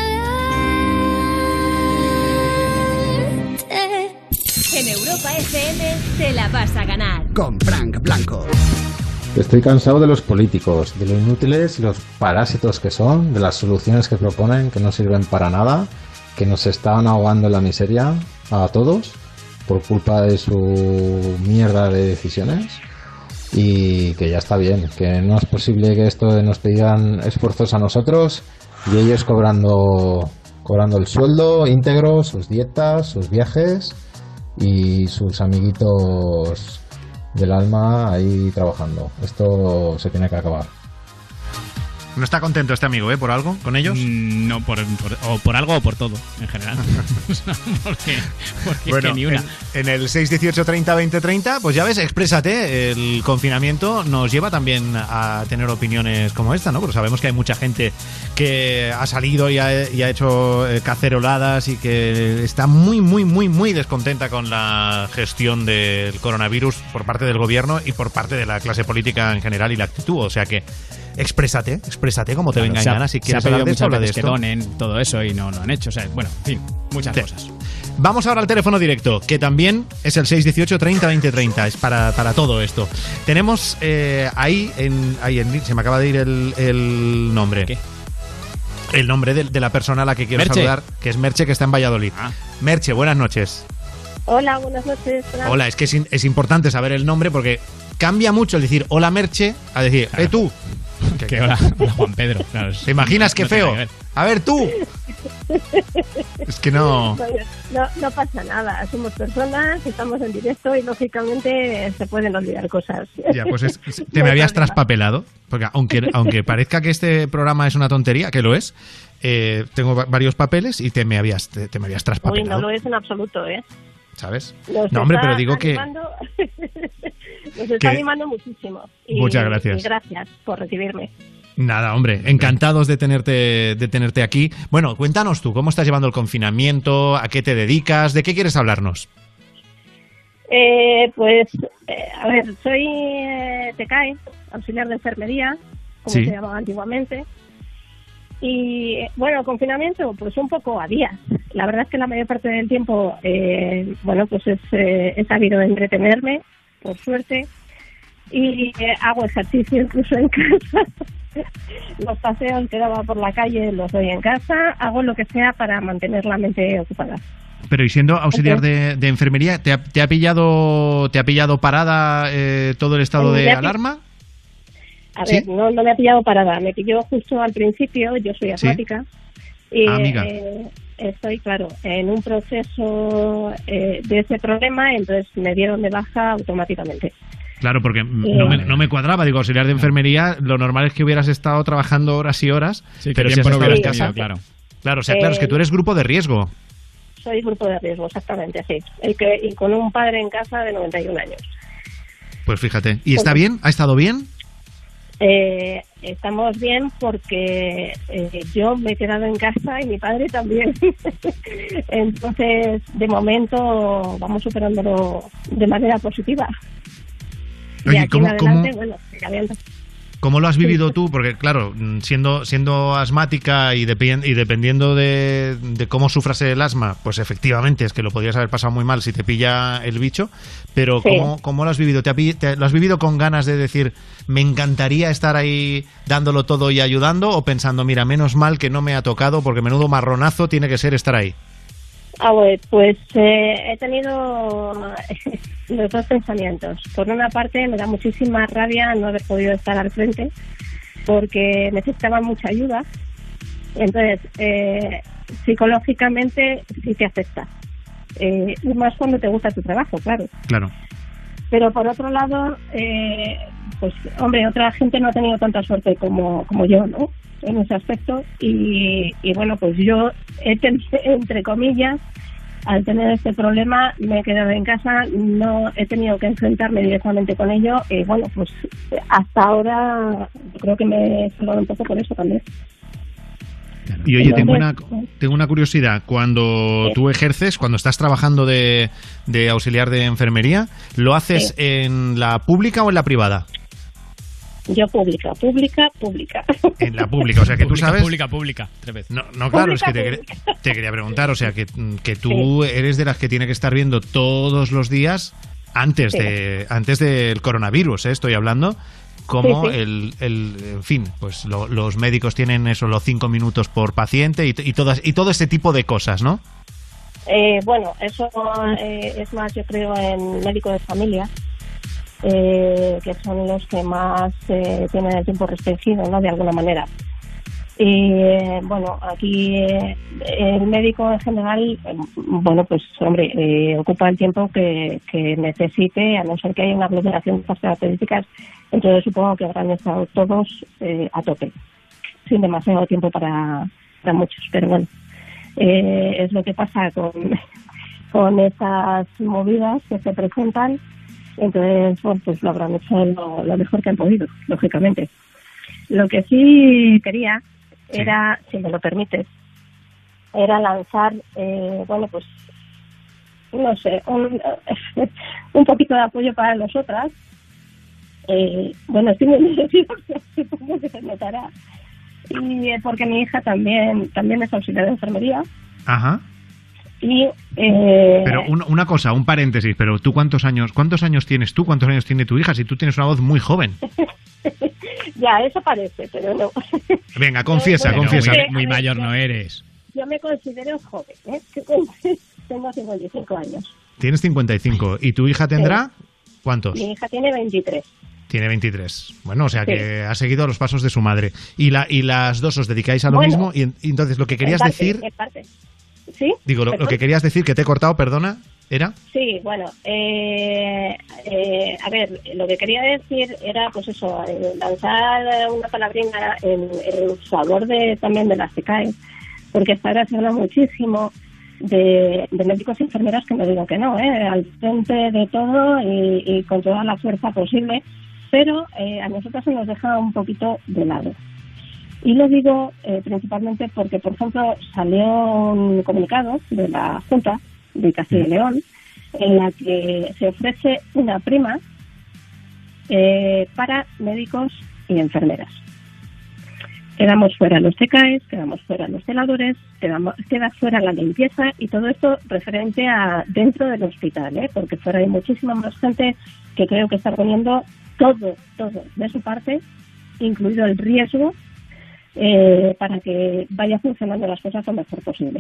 quedarte. En Europa FM te la vas a ganar. Con Frank Blanco. Estoy cansado de los políticos, de lo inútiles y los parásitos que son, de las soluciones que proponen que no sirven para nada, que nos están ahogando en la miseria a todos por culpa de su mierda de decisiones, y que ya está bien, que no es posible que esto nos pidan esfuerzos a nosotros y ellos cobrando el sueldo íntegro, sus dietas, sus viajes y sus amiguitos del alma ahí trabajando. Esto se tiene que acabar. ¿No está contento este amigo, por algo, con ellos? No, por algo o por todo, en general. porque bueno, es que ni una. En el 618 30 20 30, pues ya ves, exprésate. El confinamiento nos lleva también a tener opiniones como esta, ¿no? Porque sabemos que hay mucha gente que ha salido y ha hecho caceroladas y que está muy, muy, muy, muy descontenta con la gestión del coronavirus por parte del gobierno y por parte de la clase política en general y la actitud. O sea que exprésate como te venga en gana. Si quieres hablar de esto, habla de esto. Que donen todo eso y no lo han hecho. O sea, bueno, en fin, muchas cosas. Vamos ahora al teléfono directo, que también es el 618 30 20 30. Es para todo esto. Tenemos ahí se me acaba de ir el nombre. ¿Qué? el nombre de la persona a la que quiero Merche. saludar, que es Merche, que está en Valladolid. Merche, buenas noches. Hola, buenas noches. Hola, es que es importante saber el nombre porque cambia mucho el decir hola Merche a decir, tú. Que hola, Juan Pedro. Claro, ¿Te imaginas qué no tiene feo? que ver. A ver, tú. Es que no... No pasa nada, somos personas, estamos en directo y lógicamente se pueden olvidar cosas. Ya, pues te me habías traspapelado, porque aunque parezca que este programa es una tontería, que lo es, tengo varios papeles y te me habías Uy, traspapelado. no lo es en absoluto, ¿eh? ¿Sabes? Nos No, hombre, está pero digo que... Nos está animando muchísimo. Muchas gracias. Y gracias por recibirme. Nada, hombre, encantados de tenerte aquí. Bueno, cuéntanos tú, ¿cómo estás llevando el confinamiento? ¿A qué te dedicas? ¿De qué quieres hablarnos? A ver, soy TCAE, auxiliar de enfermería, como Sí. se llamaba antiguamente. Y bueno, confinamiento, pues un poco a días. La verdad es que la mayor parte del tiempo, pues he sabido entretenerme, por suerte, y hago ejercicio incluso en casa. Los paseos que daba por la calle los doy en casa, hago lo que sea para mantener la mente ocupada. Pero y siendo auxiliar de enfermería, ¿te ha pillado parada todo el estado de alarma? A ver, no me ha pillado parada, me pilló justo al principio, yo soy asmática, y amiga. estoy, claro, en un proceso de ese problema, entonces me dieron de baja automáticamente. Claro, porque no me cuadraba. Digo, auxiliar de enfermería, lo normal es que hubieras estado trabajando horas y horas, pero si has estado en casa... claro. Claro, o sea, claro, es que tú eres grupo de riesgo. Soy grupo de riesgo, exactamente, sí. Y con un padre en casa de 91 años. Pues fíjate. ¿Y está bien? ¿Ha estado bien? Estamos bien porque yo me he quedado en casa y mi padre también. Entonces, de momento, vamos superándolo de manera positiva. Oye, y aquí en adelante, bueno, sigue habiendo. ¿Cómo lo has vivido tú? Porque, claro, siendo asmática y dependiendo de cómo sufras el asma, pues efectivamente es que lo podrías haber pasado muy mal si te pilla el bicho, pero Sí. ¿cómo lo has vivido? ¿Lo has vivido con ganas de decir, me encantaría estar ahí dándolo todo y ayudando, o pensando, mira, menos mal que no me ha tocado porque menudo marronazo tiene que ser estar ahí? Pues he tenido los dos pensamientos. Por una parte, me da muchísima rabia no haber podido estar al frente porque necesitaba mucha ayuda. Entonces, psicológicamente sí te afecta. Y más cuando te gusta tu trabajo, claro. Claro. Pero por otro lado, pues hombre, otra gente no ha tenido tanta suerte como yo, ¿no? En ese aspecto. Y bueno, pues yo he tenido, entre comillas, al tener este problema, me he quedado en casa, no he tenido que enfrentarme directamente con ello. Y bueno, pues hasta ahora creo que me he salvado un poco por eso también. Y oye, Entonces, tengo una curiosidad. Cuando tú ejerces, cuando estás trabajando de auxiliar de enfermería, ¿lo haces en la pública o en la privada? Yo pública. En la pública, o sea que tú sabes... Pública, 3 veces. No, claro, es que te quería preguntar, o sea que tú eres de las que tiene que estar viendo todos los días antes del coronavirus, estoy hablando, como en fin, pues los médicos tienen eso, los 5 minutos por paciente y todo ese tipo de cosas, ¿no? Bueno, eso es más, yo creo, en médico de familia, que son los que más tienen el tiempo restringido, ¿no? De alguna manera. Y bueno, aquí el médico en general, bueno, pues hombre, ocupa el tiempo que necesite, a no ser que haya una aglomeración de estas características. Entonces supongo que habrán estado todos a tope, sin demasiado tiempo para muchos, pero bueno, es lo que pasa con esas movidas que se presentan. Entonces, bueno, pues lo habrán hecho lo mejor que han podido, lógicamente. Lo que sí quería era, si me lo permites, era lanzar, bueno, pues, no sé, un poquito de apoyo para nosotras. Bueno, estoy muy nerviosa, supongo que se notará. Y porque mi hija también es auxiliar de enfermería. Ajá. Y, pero una cosa, un paréntesis, pero tú ¿cuántos años tienes tú? ¿Cuántos años tiene tu hija? Si tú tienes una voz muy joven. Ya, eso parece, pero no. Venga, confiesa, Bueno, confiesa. Muy mayor no eres. Yo me considero joven, ¿eh? Tengo 55 años. Tienes 55. ¿Y tu hija tendrá cuántos? Mi hija tiene 23. Tiene 23. Bueno, o sea que Sí. ha seguido los pasos de su madre. ¿Y las dos os dedicáis a lo Bueno, mismo? Y entonces lo que querías En parte, decir... en parte. ¿Sí? Digo, lo ¿Perdón? que querías decir, que te he cortado, perdona, ¿era? Sí, bueno, a ver, lo que quería decir era, pues eso, lanzar una palabrina en favor también de las CECAE, porque hasta ahora se habla muchísimo de médicos y enfermeras que no digo que no, al frente de todo y con toda la fuerza posible, pero a nosotros se nos deja un poquito de lado. Y lo digo principalmente porque, por ejemplo, salió un comunicado de la Junta de Castilla y León en la que se ofrece una prima para médicos y enfermeras. Quedamos fuera los TKs, quedamos fuera los celadores, queda fuera la limpieza y todo esto referente a dentro del hospital, porque fuera hay muchísima más gente que creo que está poniendo todo de su parte, incluido el riesgo, para que vaya funcionando las cosas lo mejor posible.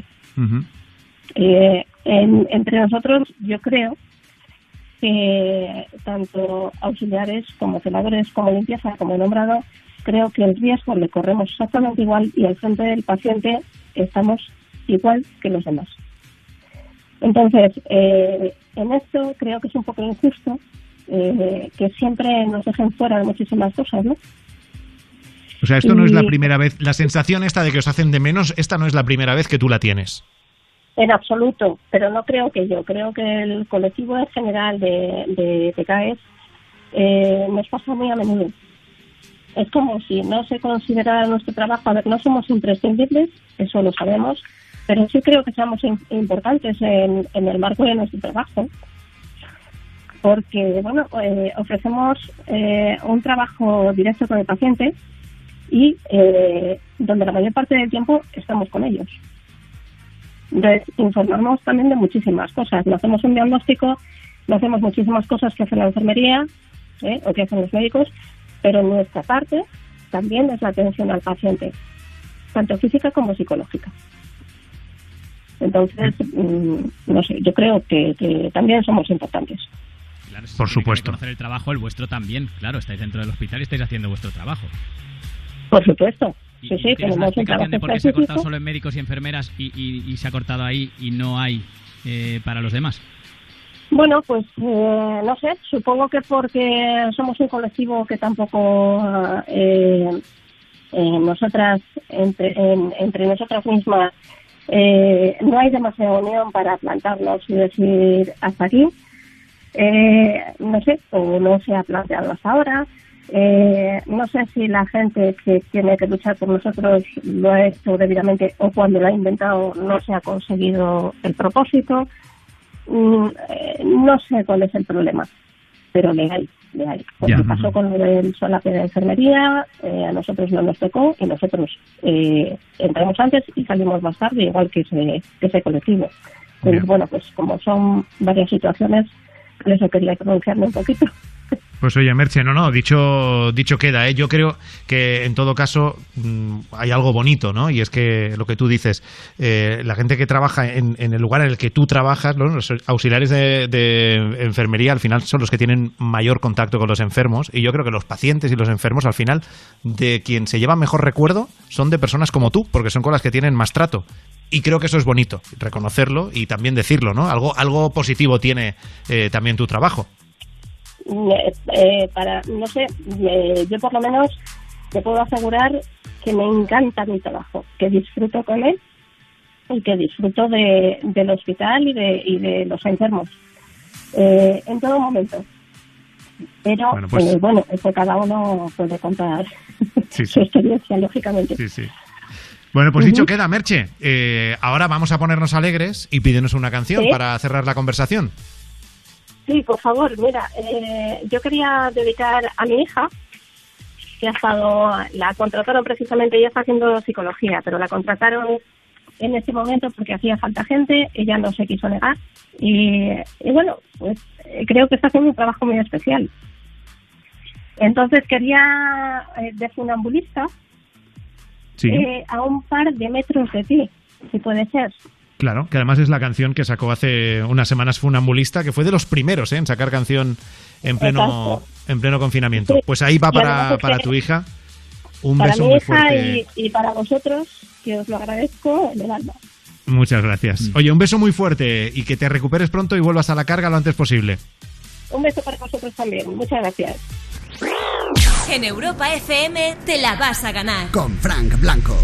Entre nosotros, yo creo que tanto auxiliares como celadores, como limpieza, como nombrado, creo que el riesgo le corremos exactamente igual y al frente del paciente estamos igual que los demás. Entonces, en esto creo que es un poco injusto que siempre nos dejen fuera de muchísimas cosas, ¿no? O sea, esto no es la primera vez, la sensación esta de que os hacen de menos, esta no es la primera vez que tú la tienes. En absoluto, pero no creo que yo. Creo que el colectivo en general de TKEs nos pasa muy a menudo. Es como si no se considerara nuestro trabajo. A ver, no somos imprescindibles, eso lo sabemos, pero sí creo que seamos importantes en el marco de nuestro trabajo. Porque, bueno, ofrecemos un trabajo directo con el paciente y donde la mayor parte del tiempo estamos con ellos. Entonces, informarnos también de muchísimas cosas. No hacemos un diagnóstico, no hacemos muchísimas cosas que hace la enfermería o que hacen los médicos, pero nuestra parte también es la atención al paciente, tanto física como psicológica. Entonces, no sé, yo creo que también somos importantes. Claro, por supuesto. Conocer el trabajo, el vuestro también. Claro, estáis dentro del hospital y estáis haciendo vuestro trabajo. Por supuesto. ¿Y Sí, tienes una tenemos un explicación trabajo de por qué se ha cortado específico. solo en médicos y enfermeras y se ha cortado ahí y no hay para los demás? Bueno, pues no sé, supongo que porque somos un colectivo que tampoco nosotras, entre nosotras mismas, no hay demasiada unión para plantarnos y decir hasta aquí. No sé, o no se ha planteado hasta ahora. No sé si la gente que tiene que luchar por nosotros lo ha hecho debidamente o cuando lo ha inventado no se ha conseguido el propósito. No sé cuál es el problema, pero le hay. Porque Ya, pasó con lo del solape de enfermería, a nosotros no nos tocó y nosotros entramos antes y salimos más tarde, igual que ese colectivo. Entonces, bueno, pues como son varias situaciones, por eso quería pronunciarme un poquito. Pues oye, Merche, no, dicho queda, ¿eh? Yo creo que en todo caso hay algo bonito, ¿no? Y es que lo que tú dices, la gente que trabaja en el lugar en el que tú trabajas, ¿no? Los auxiliares de enfermería al final son los que tienen mayor contacto con los enfermos, y yo creo que los pacientes y los enfermos al final de quien se lleva mejor recuerdo son de personas como tú, porque son con las que tienen más trato. Y creo que eso es bonito, reconocerlo y también decirlo, ¿no? Algo positivo tiene también tu trabajo. No sé, yo por lo menos te puedo asegurar que me encanta mi trabajo, que disfruto con él y que disfruto del hospital y de los enfermos en todo momento. Pero bueno, eso cada uno puede contar su experiencia, lógicamente. Sí. Bueno, pues dicho queda, Merche. Ahora vamos a ponernos alegres y pídenos una canción para cerrar la conversación. Sí, por favor, mira, yo quería dedicar a mi hija, que la contrataron precisamente, ella está haciendo psicología, pero la contrataron en ese momento porque hacía falta gente, ella no se quiso negar y bueno, pues creo que está haciendo un trabajo muy especial. Entonces quería de funambulista Sí. a un par de metros de ti, si puede ser. Claro, que además es la canción que sacó hace unas semanas Funambulista, que fue de los primeros en sacar canción en pleno confinamiento. Sí. Pues ahí va Y además es para que tu hija. Un para beso mi muy hija fuerte. y para vosotros, que os lo agradezco en el alma. Muchas gracias. Oye, un beso muy fuerte y que te recuperes pronto y vuelvas a la carga lo antes posible. Un beso para vosotros también. Muchas gracias. En Europa FM te la vas a ganar. Con Frank Blanco.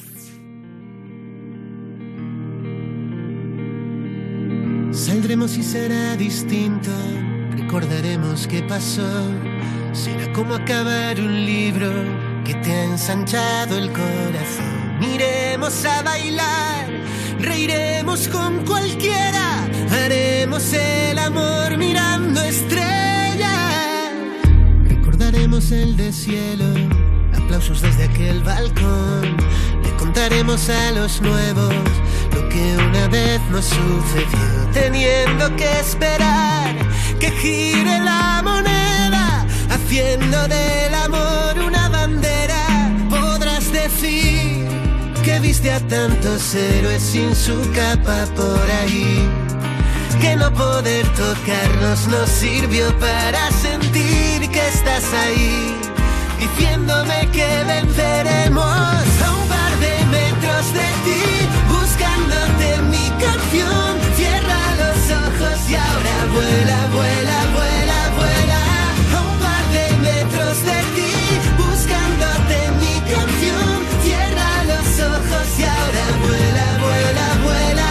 Saldremos y será distinto. Recordaremos qué pasó. Será como acabar un libro que te ha ensanchado el corazón. Iremos a bailar, reiremos con cualquiera. Haremos el amor mirando estrellas. Recordaremos el deshielo, aplausos desde aquel balcón. Le contaremos a los nuevos lo que una vez nos sucedió. Teniendo que esperar que gire la moneda, haciendo del amor una bandera. Podrás decir que viste a tantos héroes sin su capa por ahí, que no poder tocarnos nos sirvió para sentir que estás ahí, diciéndome que venceremos a un par de metros de ti, buscándote mi canción. Cierra los ojos y ahora vuela, vuela, vuela, vuela. A un par de metros de ti, buscándote mi canción. Cierra los ojos y ahora vuela, vuela, vuela,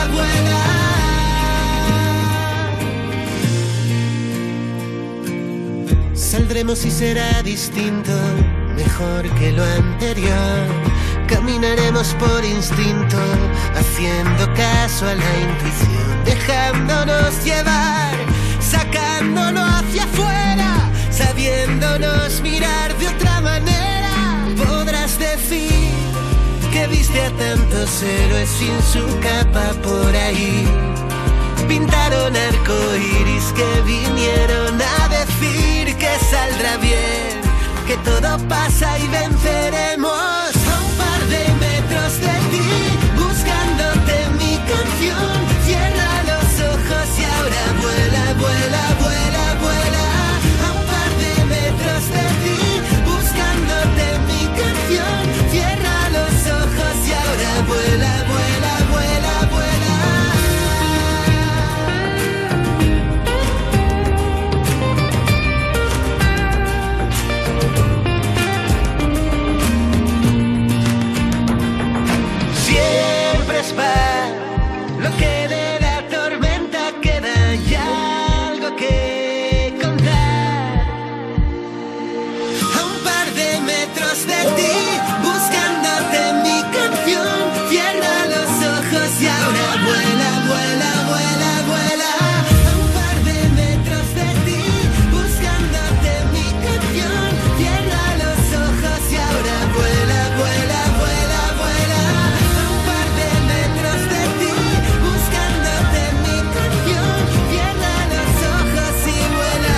vuela. Saldremos y será distinto, mejor que lo anterior. Caminaremos por instinto, haciendo caso a la intuición, dejándonos llevar, sacándolo hacia afuera, sabiéndonos mirar de otra manera. Podrás decir que viste a tantos héroes sin su capa por ahí, pintaron arcoíris que vinieron a decir que saldrá bien, que todo pasa y venceremos. A un par de metros de ti, buscándote mi canción. Cierra los ojos y ahora vuela, vuela, vuela, vuela. A un par de metros de ti, buscándote mi canción. Cierra los ojos y ahora vuela, vuela, vuela, vuela. Siempre es paz, lo que de la tormenta queda, y algo que contar. A un par de metros de ti, buscándote mi canción. Cierra los ojos y ahora vuela, vuela, vuela, vuela. A un par de metros de ti, buscándote mi canción. Cierra los ojos y ahora vuela, vuela, vuela, vuela. A un par de metros de ti, buscándote mi canción. Cierra los ojos y vuela.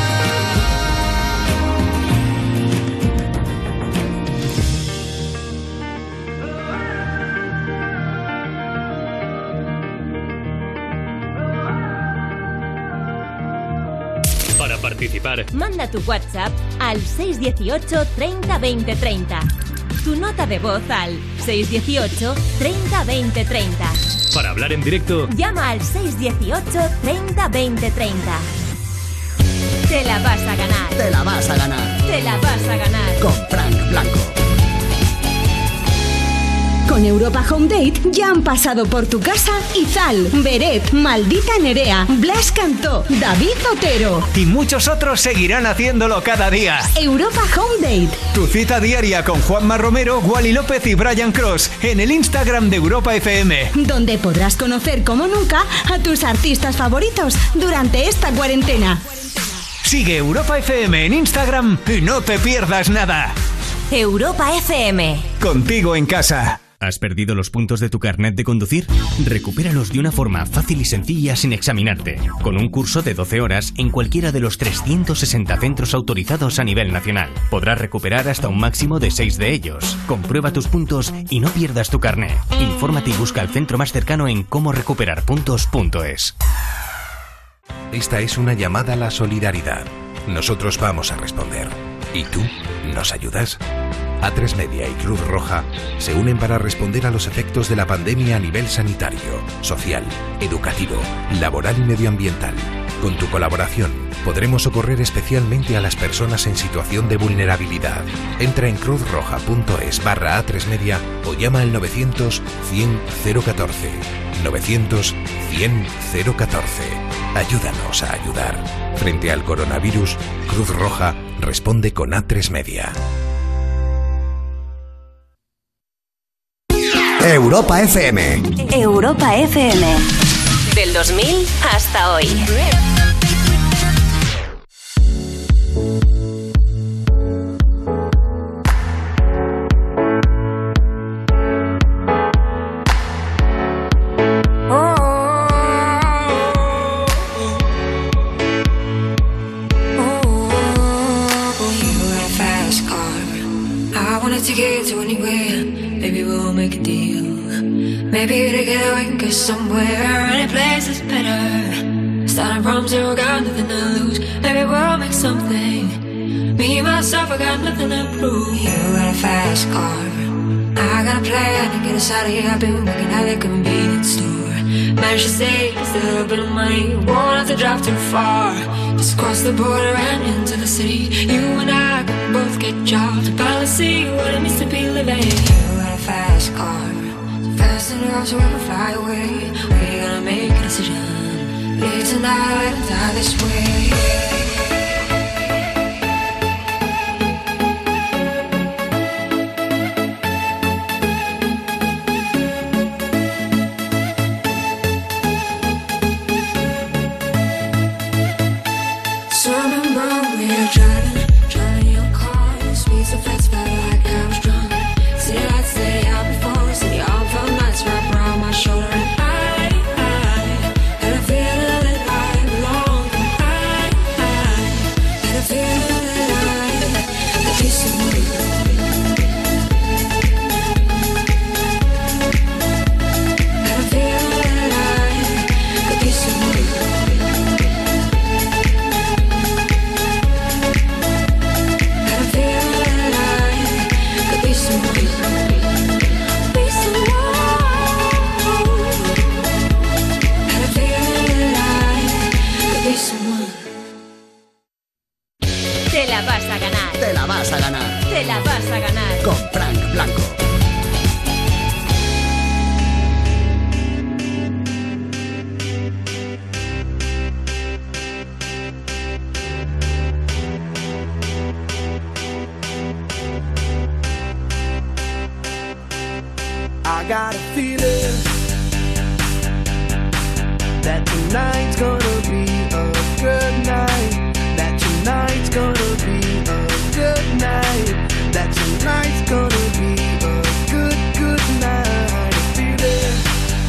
Para participar, Manda tu WhatsApp al 618 30 20 30. Tu nota de voz al 618 30 20 30. para hablar en directo, Llama al 618 30 20 30. Te la vas a ganar. Te la vas a ganar. Te la vas a ganar. Con Frank Blanco. Con Europa Home Date ya han pasado por tu casa Izal, Beret, Maldita Nerea, Blas Cantó, David Otero. Y muchos otros seguirán haciéndolo cada día. Europa Home Date. Tu cita diaria con Juanma Romero, Wally López y Brian Cross en el Instagram de Europa FM. Donde podrás conocer como nunca a tus artistas favoritos durante esta cuarentena. Sigue Europa FM en Instagram y no te pierdas nada. Europa FM. Contigo en casa. ¿Has perdido los puntos de tu carnet de conducir? Recupéralos de una forma fácil y sencilla sin examinarte, con un curso de 12 horas en cualquiera de los 360 centros autorizados a nivel nacional. Podrás recuperar hasta un máximo de 6 de ellos. Comprueba tus puntos y no pierdas tu carnet. Infórmate y busca el centro más cercano en comorecuperarpuntos.es. Esta es una llamada a la solidaridad. Nosotros vamos a responder. ¿Y tú? ¿Nos ayudas? A3 Media y Cruz Roja se unen para responder a los efectos de la pandemia a nivel sanitario, social, educativo, laboral y medioambiental. Con tu colaboración podremos socorrer especialmente a las personas en situación de vulnerabilidad. Entra en cruzroja.es/A3 Media o llama al 900 100 014. 900 100 014. Ayúdanos a ayudar. Frente al coronavirus, Cruz Roja responde con A3 Media. Europa FM. Europa FM. Del 2000 hasta hoy. Maybe together we can go somewhere. Any place is better. Starting from zero, got nothing to lose. Maybe we'll make something. Me, myself, I got nothing to prove. You got a fast car. I got a plan to get us out of here. I've been working at the convenience store. Managed to save just a little bit of money. Won't have to drive too far. Just cross the border and into the city. You and I can both get jobs. Finally see what it means to be living. You got a fast car. Fast enough so we can fly away. We're gonna make a decision. Live tonight and die this way. So I remember we were driving your car. Speed so fast, felt like I was drunk. City lights lay out before us, and your arm felt nice wrapped around my shoulder. And I had a feeling that I belonged. I had a feeling that I could be someone. Had a feeling that I could be someone. Had a feeling that I could be someone. Te la vas a ganar. Te la vas a ganar. Te la vas a ganar. Con Frank Blanco. I got a feeling that tonight's gonna be a good night. That tonight's gonna be a good night. That tonight's gonna be a good night. A feeling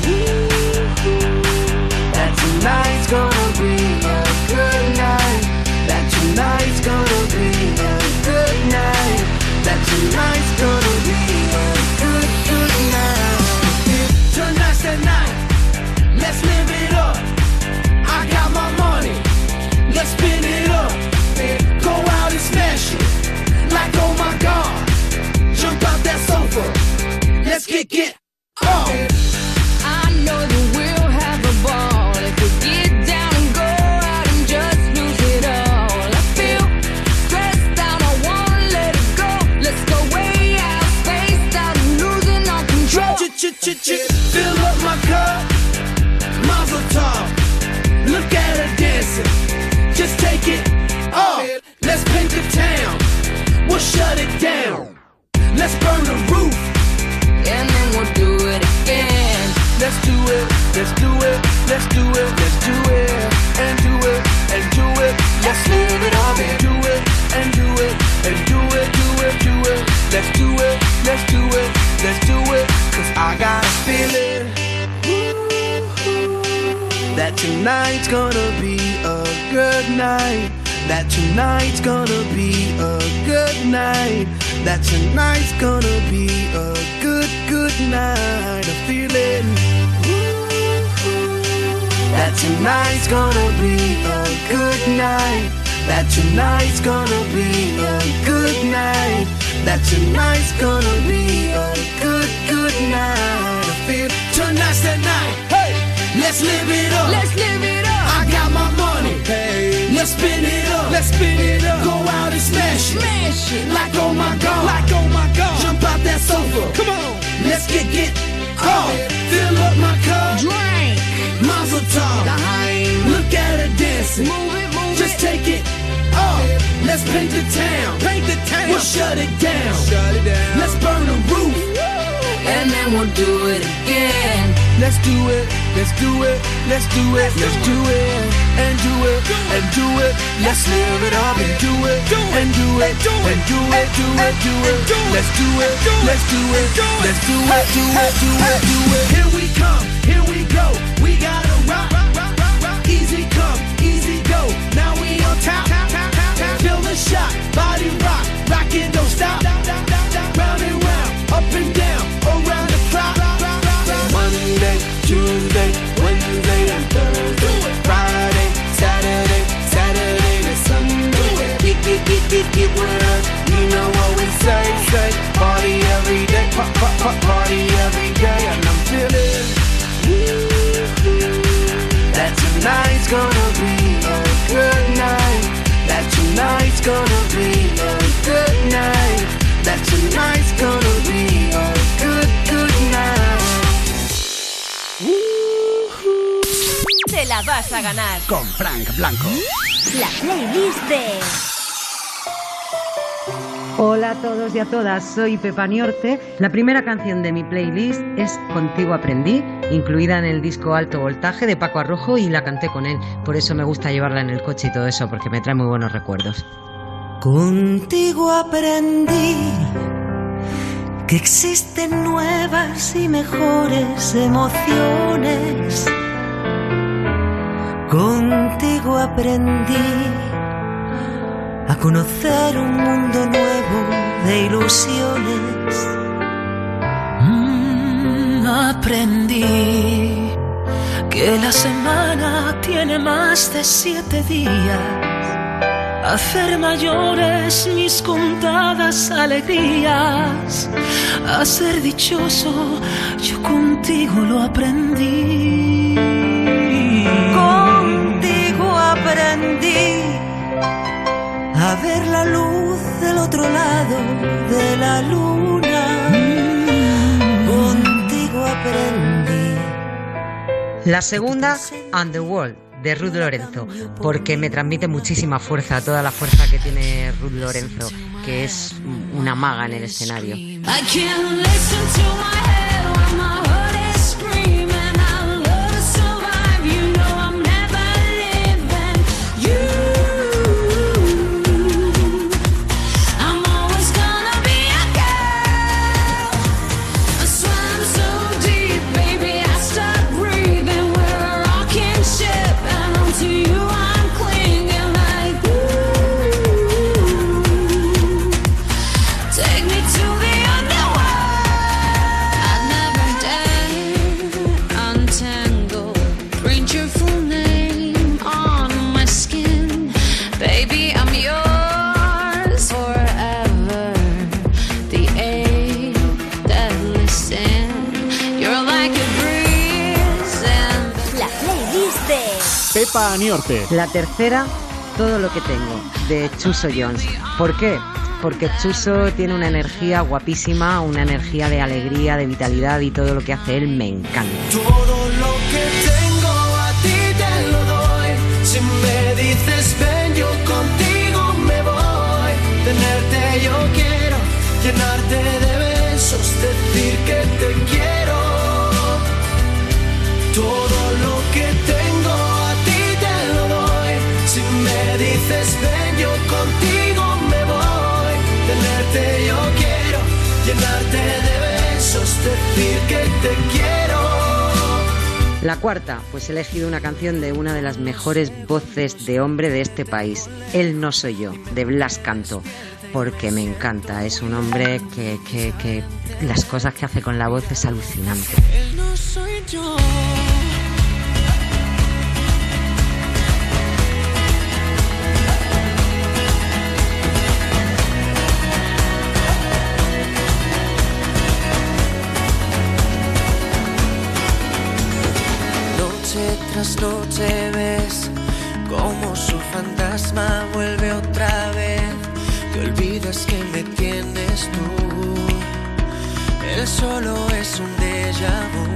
that tonight's gonna be a good night. That tonight's gonna be a good night. That tonight's gonna be a good night. Tonight's the night. Let's live it up. I got my money. Let's spin it up. Go out and smash it. Like, oh my God. Jump out that sofa. Let's kick it off. I know that we'll have a ball if we get down and go out and just lose it all. I feel stressed out, I wanna let it go. Let's go way out, spaced out, and losing all control. Fill up my cup, Mazel tov. Look at her dancing, just take it off. Let's paint the town, we'll shut it down. Let's burn the roof, and then we'll do it again. Let's do it, let's do it, let's do it, let's do it, and do it, and do it. Let's live it up and do it, and do it, and do it, do it, do it. Let's do it, let's do it, let's do it. 'cause I got a feeling that tonight's gonna be a good night. That tonight's gonna be a good night. That tonight's gonna be a good, good night. A feeling that tonight's gonna be a good night. That tonight's gonna be a good night. That tonight's gonna be a good, good night. I feel tonight's the night. Hey, let's live it up. Let's live it up. I got my money. Hey, let's spin it up. Let's spin it up. Go out and smash it. Smash it. Like oh my god. Like oh my god. Jump out that sofa. Come on. Let's get oh. Fill up my cup. Drink. Mazel tov. Look at her dancing. Move it, move it. Just take it. Oh, let's paint the town. Paint the town. We'll shut it down. Shut it down. Let's burn the roof. And then we'll do it again. Let's do it. Let's do it. Let's do it. Let's do it. And do it. And do it. Let's live it up and do it. And do it. And do it. Do it. Do it. Let's do it. Let's do it. Let's do it. Do it. Do it. Do it. Here we come. Here we go. We gotta rock. Easy come. Easy go. Now we on top. Feel the shot, body rock, rockin', don't stop. Round and round, up and down, around the clock. Monday, Tuesday, Wednesday, and Thursday, Friday, Saturday, Saturday to Sunday. Keep with us, you know what we say. Party every day, party every day, and I'm feeling that tonight's gonna be a good night. That tonight's gonna be a good night. That tonight's gonna be a good, good night. Te la vas a ganar con Frank Blanco. La playlist de... Hola a todos y a todas, soy Pepa Niorte. La primera canción de mi playlist es Contigo aprendí, incluida en el disco Alto Voltaje de Paco Arrojo, y la canté con él. Por eso me gusta llevarla en el coche y todo eso, porque me trae muy buenos recuerdos. Contigo aprendí que existen nuevas y mejores emociones. Contigo aprendí a conocer un mundo nuevo de ilusiones. Aprendí que la semana tiene más de 7 días. Hacer mayores mis contadas alegrías. A ser dichoso, yo contigo lo aprendí. Contigo aprendí a ver la luz del otro lado de la luna. Contigo aprendí. La segunda, Underworld, de Ruth Lorenzo, porque me transmite muchísima fuerza, toda la fuerza que tiene Ruth Lorenzo, que es una maga en el escenario. Pepa Niorte. La tercera, Todo lo que tengo, de Chuso Jones. ¿Por qué? Porque Chuso tiene una energía guapísima, una energía de alegría, de vitalidad, y todo lo que hace él me encanta. Todo lo que tengo a ti te lo doy. Si me dices ven, yo contigo me voy. Tenerte yo quiero, llenarte de besos, decir que te quiero. Todo lo que tengo a ti te lo doy. Si me dices ven, yo contigo me voy. Tenerte yo quiero, llenarte de besos, decir que te quiero. La cuarta, pues he elegido una canción de una de las mejores voces de hombre de este país, Él no soy yo, de Blas Cantó, porque me encanta, es un hombre que las cosas que hace con la voz es alucinante. Él no soy yo. Tras noche ves como su fantasma vuelve otra vez. Te olvidas que me tienes tú. Él solo es un déjà vu.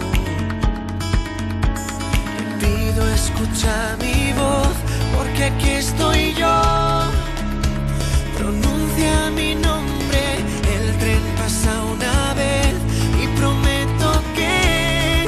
Te pido escucha mi voz porque aquí estoy yo. Pronuncia mi nombre. El tren pasa una vez y prometo que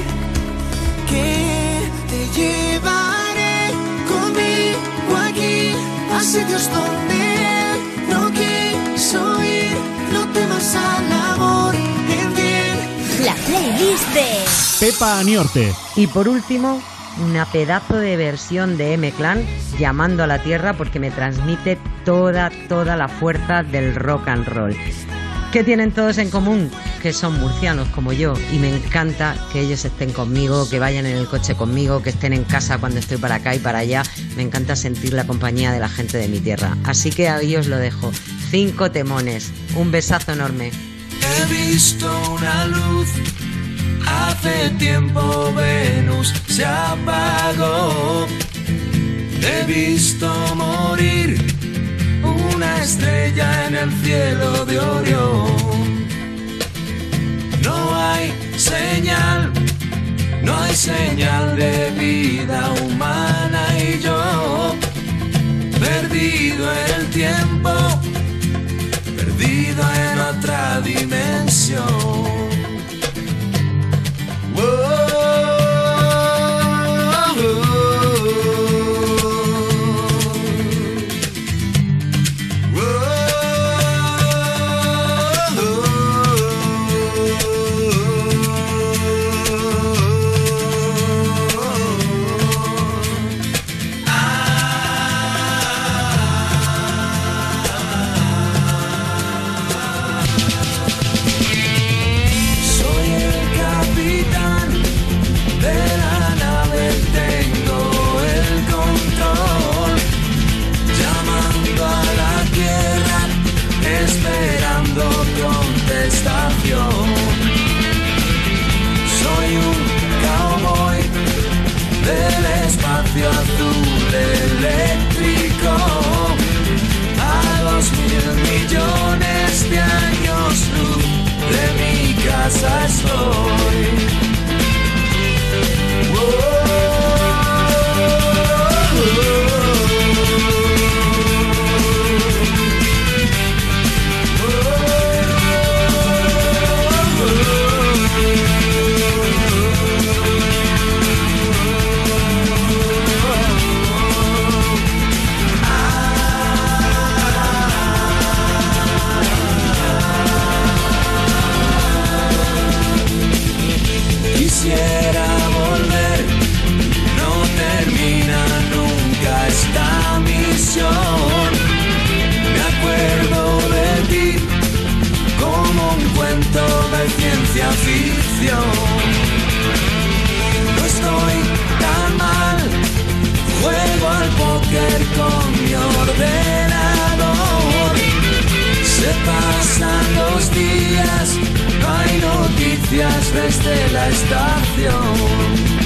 te llevaré conmigo aquí a sitios donde no quiso ir. No temas al amor, en bien. La playlist de Pepa Niorte. Y por último, una pedazo de versión de M-Clan, Llamando a la Tierra, porque me transmite toda la fuerza del rock and roll. ¿Qué tienen todos en común? Que son murcianos como yo, y me encanta que ellos estén conmigo, que vayan en el coche conmigo, que estén en casa cuando estoy para acá y para allá. Me encanta sentir la compañía de la gente de mi tierra. Así que ahí os lo dejo. 5 temones. Un besazo enorme. He visto una luz, hace tiempo Venus se apagó. He visto morir una estrella en el cielo de Orión. No hay señal de vida humana y yo, perdido en el tiempo, perdido en otra dimensión. Soy un cowboy del espacio azul eléctrico. A 2.000 millones de años luz de mi casa estoy. Quisiera volver, no termina nunca esta misión. Me acuerdo de ti como un cuento de ciencia ficción. No estoy tan mal, juego al póker con mi ordenador. Se pasan los días, no hay noticias desde la estación.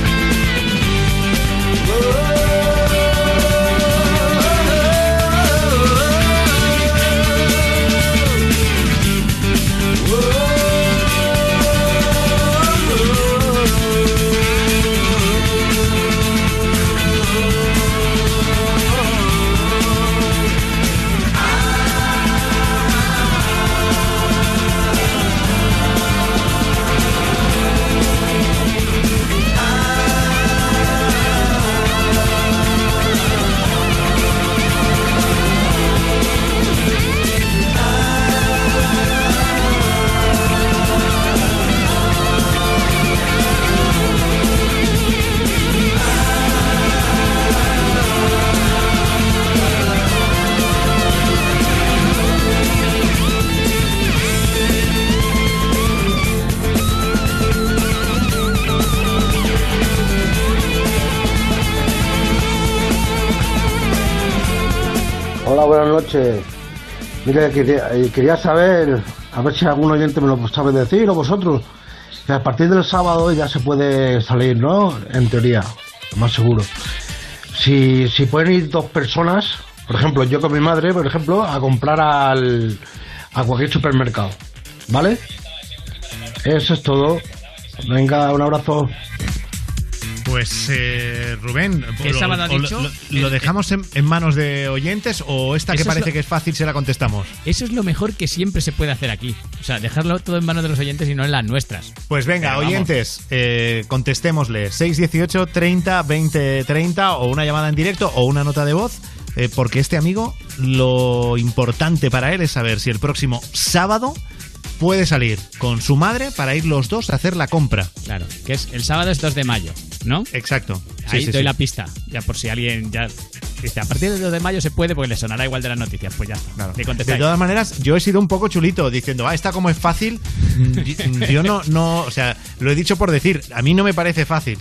Hola, buenas noches. Mire, quería saber, a ver si algún oyente me lo sabe decir, o vosotros, que a partir del sábado ya se puede salir, ¿no? En teoría, más seguro. Si pueden ir 2 personas, por ejemplo, yo con mi madre, por ejemplo, a comprar a cualquier supermercado, ¿vale? Eso es todo. Venga, un abrazo. Pues Rubén, ¿qué sábado ha dicho? ¿Lo dejamos en manos de oyentes o esta que parece que es fácil se la contestamos? Eso es lo mejor que siempre se puede hacer aquí. O sea, dejarlo todo en manos de los oyentes y no en las nuestras. Pues venga, oyentes, contestémosle 618 30 20 30 o una llamada en directo o una nota de voz, porque este amigo, lo importante para él es saber si el próximo sábado puede salir con su madre para ir los dos a hacer la compra. Claro, que es el sábado es 2 de mayo, ¿no? Exacto. Ahí doy la pista, ya por si alguien ya dice, a partir del 2 de mayo se puede, porque le sonará igual de las noticias, pues ya está. Claro. De todas maneras, yo he sido un poco chulito diciendo, esta como es fácil, yo no, o sea, lo he dicho por decir, a mí no me parece fácil.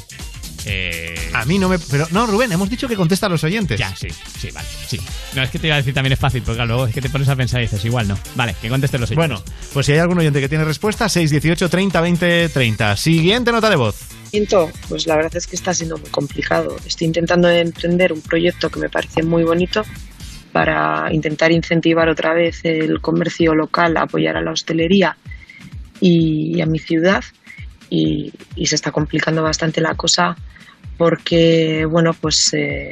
A mí no me... Pero no, Rubén, hemos dicho que contesta a los oyentes. Ya, sí, vale, sí. No, es que te iba a decir también es fácil, porque claro, luego es que te pones a pensar y dices, igual no. Vale, que contesten los oyentes. Bueno, pues si hay algún oyente que tiene respuesta, 618 30 20 30. Siguiente nota de voz. Pues la verdad es que está siendo muy complicado. Estoy intentando emprender un proyecto que me parece muy bonito para intentar incentivar otra vez el comercio local, apoyar a la hostelería y a mi ciudad, y se está complicando bastante la cosa porque, bueno, pues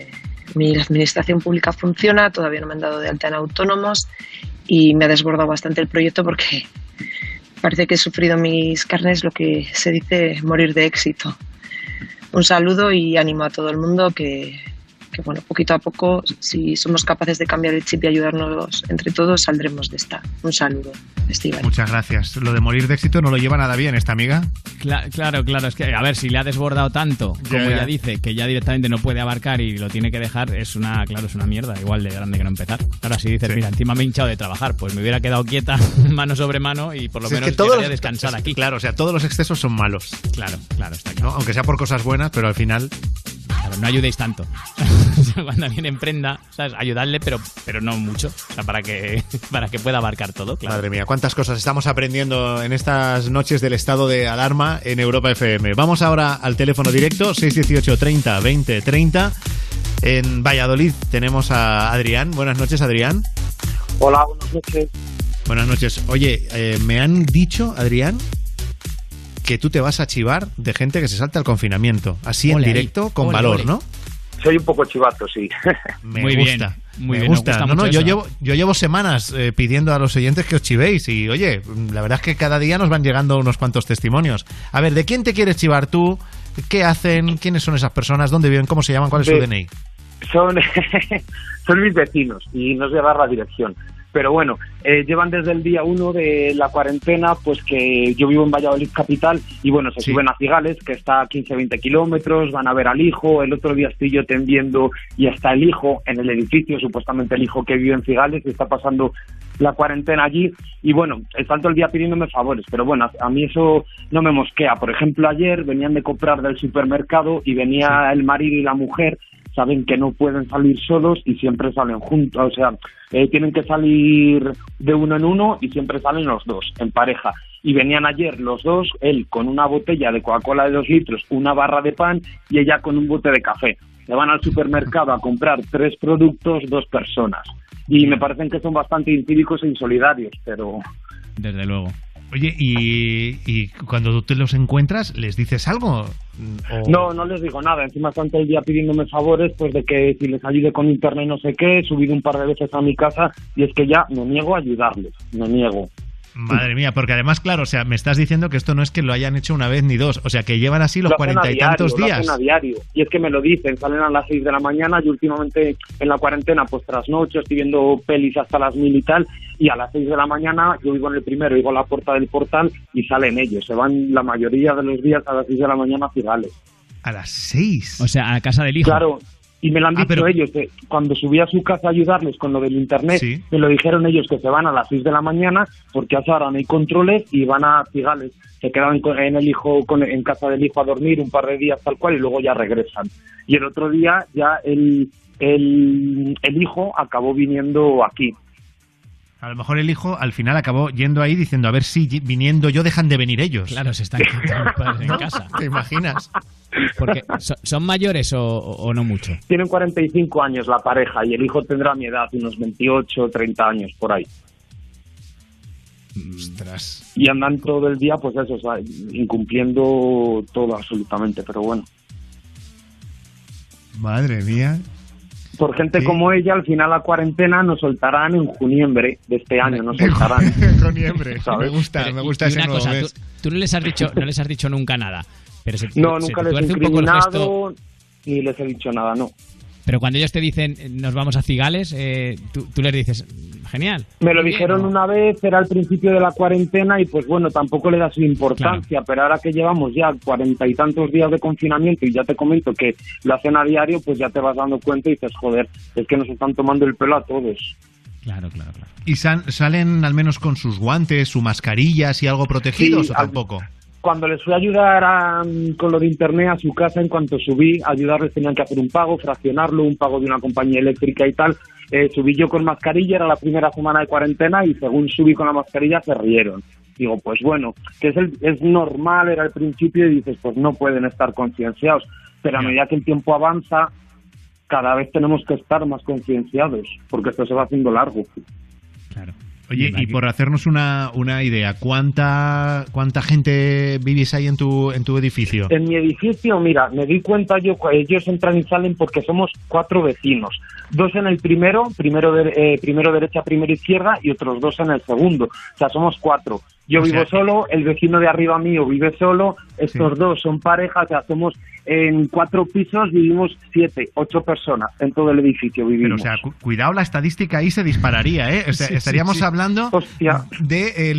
mi administración pública funciona, todavía no me han dado de alta en autónomos y me ha desbordado bastante el proyecto porque parece que he sufrido en mis carnes lo que se dice morir de éxito. Un saludo y ánimo a todo el mundo que bueno, poquito a poco, si somos capaces de cambiar el chip y ayudarnos entre todos, saldremos de esta. Un saludo, Estíbaliz. Muchas gracias. Lo de morir de éxito no lo lleva nada bien esta amiga. Claro, es que, a ver, si le ha desbordado tanto, como ella dice, que ya directamente no puede abarcar y lo tiene que dejar, es una mierda, igual de grande que no empezar. Ahora si dices, mira, encima me he hinchado de trabajar, pues me hubiera quedado quieta, mano sobre mano, y por lo menos llegaría a descansar aquí. Claro, o sea, todos los excesos son malos. Claro, está claro. ¿No? Aunque sea por cosas buenas, pero al final... Claro, no ayudéis tanto. Cuando alguien emprenda, ¿sabes? Ayudadle, pero no mucho. O sea, para que pueda abarcar todo. Claro. Madre mía, cuántas cosas estamos aprendiendo en estas noches del estado de alarma en Europa FM. Vamos ahora al teléfono directo, 618 30 20 30. En Valladolid tenemos a Adrián. Buenas noches, Adrián. Hola, buenas noches. Buenas noches. Oye, me han dicho, Adrián, que tú te vas a chivar de gente que se salta al confinamiento, así en directo, con valor, ¿no? Soy un poco chivato, sí. Me gusta. No, yo llevo semanas pidiendo a los oyentes que os chivéis y, oye, la verdad es que cada día nos van llegando unos cuantos testimonios. A ver, ¿de quién te quieres chivar tú? ¿Qué hacen? ¿Quiénes son esas personas? ¿Dónde viven? ¿Cómo se llaman? ¿Cuál es su DNI? Son mis vecinos y no sé dar la dirección. Pero bueno, llevan desde el día 1 de la cuarentena, pues que yo vivo en Valladolid capital y bueno, se suben a Cigales, que está a 15-20 kilómetros, van a ver al hijo. El otro día estoy yo tendiendo y está el hijo en el edificio, supuestamente el hijo que vive en Cigales, y está pasando la cuarentena allí. Y bueno, están todo el día pidiéndome favores, pero bueno, a mí eso no me mosquea. Por ejemplo, ayer venían de comprar del supermercado y venía el marido y la mujer. Saben que no pueden salir solos y siempre salen juntos, o sea, tienen que salir de uno en uno y siempre salen los dos, en pareja. Y venían ayer los dos, él con una botella de Coca-Cola de 2 litros, una barra de pan y ella con un bote de café. Se van al supermercado a comprar 3 productos, 2 personas. Y me parecen que son bastante incívicos e insolidarios, pero... Desde luego. Oye, y cuando tú te los encuentras, ¿les dices algo? No les digo nada. Encima están todo el día pidiéndome favores, pues de que si les ayude con internet no sé qué. He subido un par de veces a mi casa y es que ya me niego a ayudarles, me niego. Madre mía, porque además, claro, o sea, me estás diciendo que esto no es que lo hayan hecho una vez ni dos, o sea, que llevan así los 40 y tantos días. Lo hacen a diario, y es que me lo dicen, salen a las 6 de la mañana, yo últimamente en la cuarentena pues trasnocho, estoy viendo pelis hasta las 1000 y tal, y a las 6 de la mañana yo vivo en el primero, digo la puerta del portal y salen ellos, se van la mayoría de los días a las 6 de la mañana a Cigales. ¿A las 6? O sea, a casa del hijo. Claro. Y me lo han dicho ellos, que cuando subí a su casa a ayudarles con lo del internet, me lo dijeron ellos que se van a las 6 de la mañana porque hasta ahora no hay controles y van a Cigales. Se quedan en el hijo, en casa del hijo a dormir un par de días tal cual y luego ya regresan. Y el otro día ya el el hijo acabó viniendo aquí. A lo mejor el hijo al final acabó yendo ahí diciendo, a ver si viniendo yo dejan de venir ellos. Claro, se están quedando los padres en casa. ¿Te imaginas? Porque ¿son mayores o no mucho? Tienen 45 años la pareja y el hijo tendrá mi edad, unos 28, 30 años, por ahí. Ostras. Y andan todo el día, pues eso, o sea, incumpliendo todo absolutamente, pero bueno. Madre mía. Por gente ¿Sí? como ella, al final la cuarentena nos soltarán en juniembre de este año, nos soltarán. Juniembre, me gusta ese una nuevo cosa, mes. tú no les has dicho nunca nada. Pero No, nunca les he incriminado ni les he dicho nada, no. Pero cuando ellos te dicen, nos vamos a Cigales, tú les dices, genial. Me lo dijeron una vez, era al principio de la cuarentena y pues bueno, tampoco le da su importancia, pero ahora que llevamos ya 40 y tantos días de confinamiento y ya te comento que lo hacen a diario, pues ya te vas dando cuenta y dices, joder, es que nos están tomando el pelo a todos. Claro. ¿Y salen al menos con sus guantes, su mascarilla, si algo protegidos o tampoco? Cuando les fui a ayudar con lo de internet a su casa, en cuanto subí, ayudarles tenían que hacer un pago, fraccionarlo, un pago de una compañía eléctrica y tal. Subí yo con mascarilla, era la primera semana de cuarentena y según subí con la mascarilla se rieron. Digo, pues bueno, que es normal, era el principio y dices, pues no pueden estar concienciados. Pero a medida que el tiempo avanza, cada vez tenemos que estar más concienciados, porque esto se va haciendo largo. Claro. Oye, y por hacernos una idea, ¿cuánta gente vivís ahí en tu edificio? En mi edificio, mira, me di cuenta ellos entran y salen porque somos 4 vecinos. 2 en el primero derecha, primero izquierda y otros 2 en el segundo. O sea, somos 4. Yo vivo solo, el vecino de arriba mío vive solo, estos 2 son parejas, o sea, somos en 4 pisos, vivimos 7, 8 personas en todo el edificio vivimos. Pero, o sea, cuidado, la estadística ahí se dispararía, ¿eh? O sea, estaríamos hablando del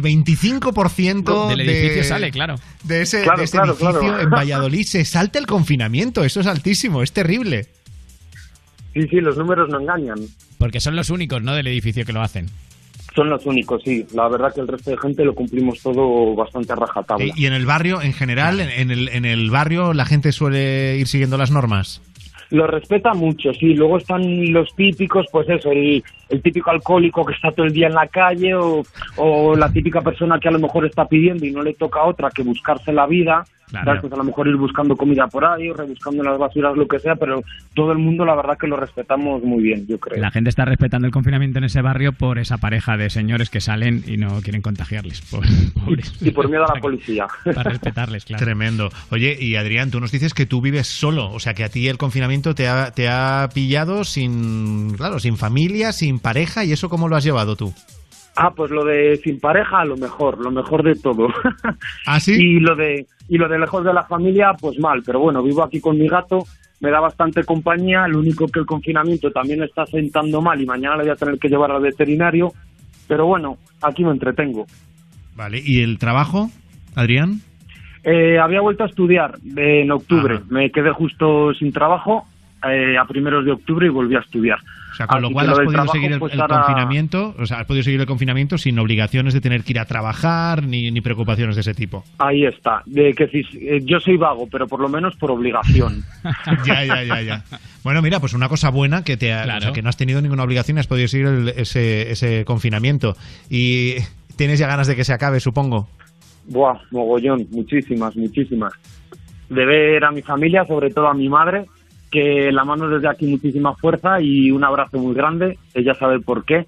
25% del edificio sale, claro. De ese edificio en Valladolid. Se salta el confinamiento, eso es altísimo, es terrible. Sí, los números no engañan. Porque son los únicos, ¿no?, del edificio que lo hacen. Son los únicos, sí. La verdad que el resto de gente lo cumplimos todo bastante a rajatabla. ¿Y en el barrio, en general, en el barrio la gente suele ir siguiendo las normas? Lo respeta mucho, sí. Luego están los típicos, pues eso, el típico alcohólico que está todo el día en la calle o la típica persona que a lo mejor está pidiendo y no le toca a otra que buscarse la vida. Claro. Pues a lo mejor ir buscando comida por ahí, o rebuscando en las basuras, lo que sea, pero todo el mundo la verdad que lo respetamos muy bien, yo creo. La gente está respetando el confinamiento en ese barrio por esa pareja de señores que salen y no quieren contagiarles. Pobres. Y por miedo a la policía. Para respetarles, claro. Tremendo. Oye, y Adrián, tú nos dices que tú vives solo, o sea que a ti el confinamiento te ha pillado sin familia, sin pareja, ¿y eso cómo lo has llevado tú? Pues lo de sin pareja, lo mejor de todo. ¿Ah, sí? Y lo de lejos de la familia, pues mal, pero bueno, vivo aquí con mi gato, me da bastante compañía, lo único que el confinamiento también me está sentando mal y mañana le voy a tener que llevar al veterinario, pero bueno, aquí me entretengo. Vale, ¿y el trabajo, Adrián? Había vuelto a estudiar en octubre, me quedé justo sin trabajo a primeros de octubre y volví a estudiar. O sea, con lo cual has podido seguir el confinamiento, o sea, has podido seguir el confinamiento sin obligaciones de tener que ir a trabajar ni preocupaciones de ese tipo. Ahí está, yo soy vago, pero por lo menos por obligación. Ya. Bueno, mira, pues una cosa buena que o sea, que no has tenido ninguna obligación y has podido seguir ese confinamiento. Y tienes ya ganas de que se acabe, supongo. Buah, mogollón, muchísimas. De ver a mi familia, sobre todo a mi madre, que la mano desde aquí muchísima fuerza y un abrazo muy grande, ella sabe por qué,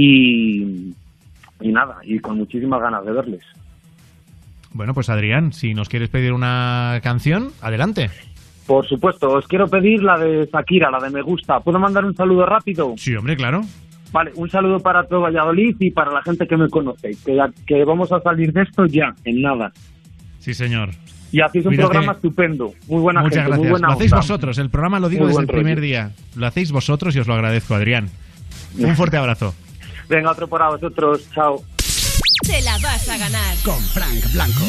y nada, y con muchísimas ganas de verles. Bueno, pues Adrián, si nos quieres pedir una canción, adelante. Por supuesto, os quiero pedir la de Shakira, la de Me Gusta. ¿Puedo mandar un saludo rápido? Sí, hombre, claro. Vale, un saludo para todo Valladolid y para la gente que me conoce, que vamos a salir de esto ya, en nada. Sí, señor. Y hacéis un programa estupendo. Muy buena Muchas gente, gracias. muy buena Lo hacéis onda. vosotros, el programa lo digo desde el primer día. Lo hacéis vosotros y os lo agradezco, Adrián. Un fuerte abrazo. Venga, otro para vosotros. Chao. Te la vas a ganar con Frank Blanco.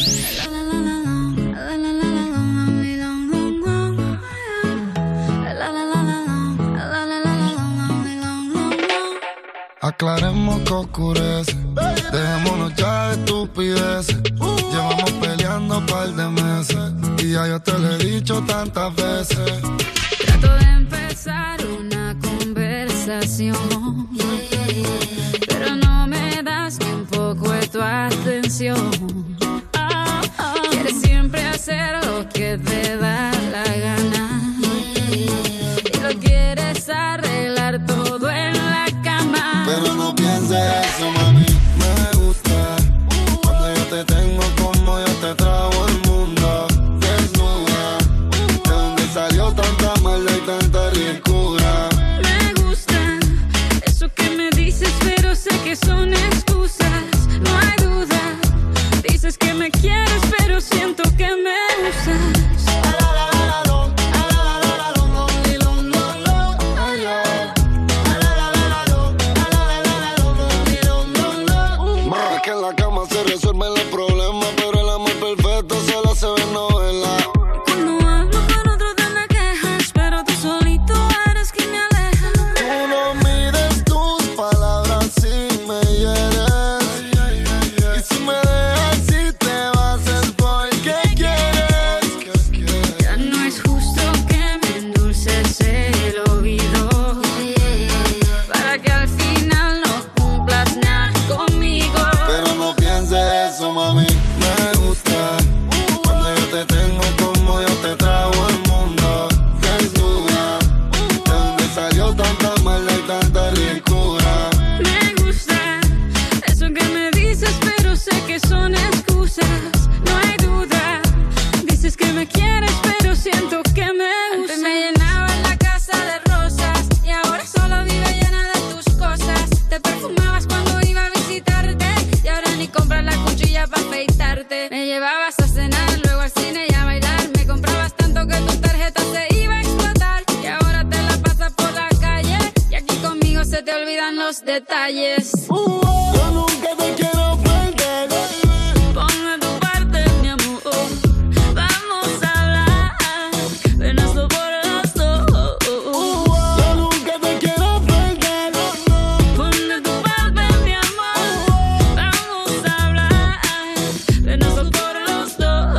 Aclaremos que oscurece, dejémonos ya de estupideces. Llevamos peleando un par de meses y ya yo te lo he dicho tantas veces. Trato de empezar una presión, pero no me das ni un poco de tu atención. Quieres siempre hacer lo que te da la gana y lo quieres arreglar todo en la cama. Pero no pienses eso, mami. Me gusta cuando yo te tengo como yo te trago el mundo. Desnuda, de donde salió tanta maldad y tanta ricura. Me gusta eso que me dices, pero sé que son excusas. No hay duda. Dices que me quieres, pero siento que me usas. Es que en la cama se resuelven los problemas, pero el amor perfecto solo se ve en novela. Cuando hablo con otro te me quejas, pero tú solito eres quien me aleja. Tú no mides tus palabras si me hieres. Y si me dejas, si te vas es porque quieres. Ya no es justo que me endulces el oído para que al final no cumplas nada conmigo. Pero no pienses eso, mami. Me gusta cuando yo te tengo como yo te trago el mundo. Desnuda, de donde salió tanta maldad y tanta ricura. Me gusta eso que me dices, pero sé que son excusas. No hay duda. Dices que me quieres, pero siento que me usas. Antes me llenaba la casa de rosas y ahora solo vive llena de tus cosas. Te perfumabas cuando iba a visitarte y ahora ni compras la cuchilla para afeitarte. Me llevabas a cenar, luego al cine y a bailar. Me comprabas tanto que tu tarjeta se iba a explotar y ahora te la pasas por la calle y aquí conmigo se te olvidan los detalles. Yo nunca te quiero perder. Ponme tu parte, mi amor. Vamos a hablar de nuestro por los dos. Yo nunca te quiero perder. Ponme tu parte, mi amor. Vamos a hablar de nuestro por los dos.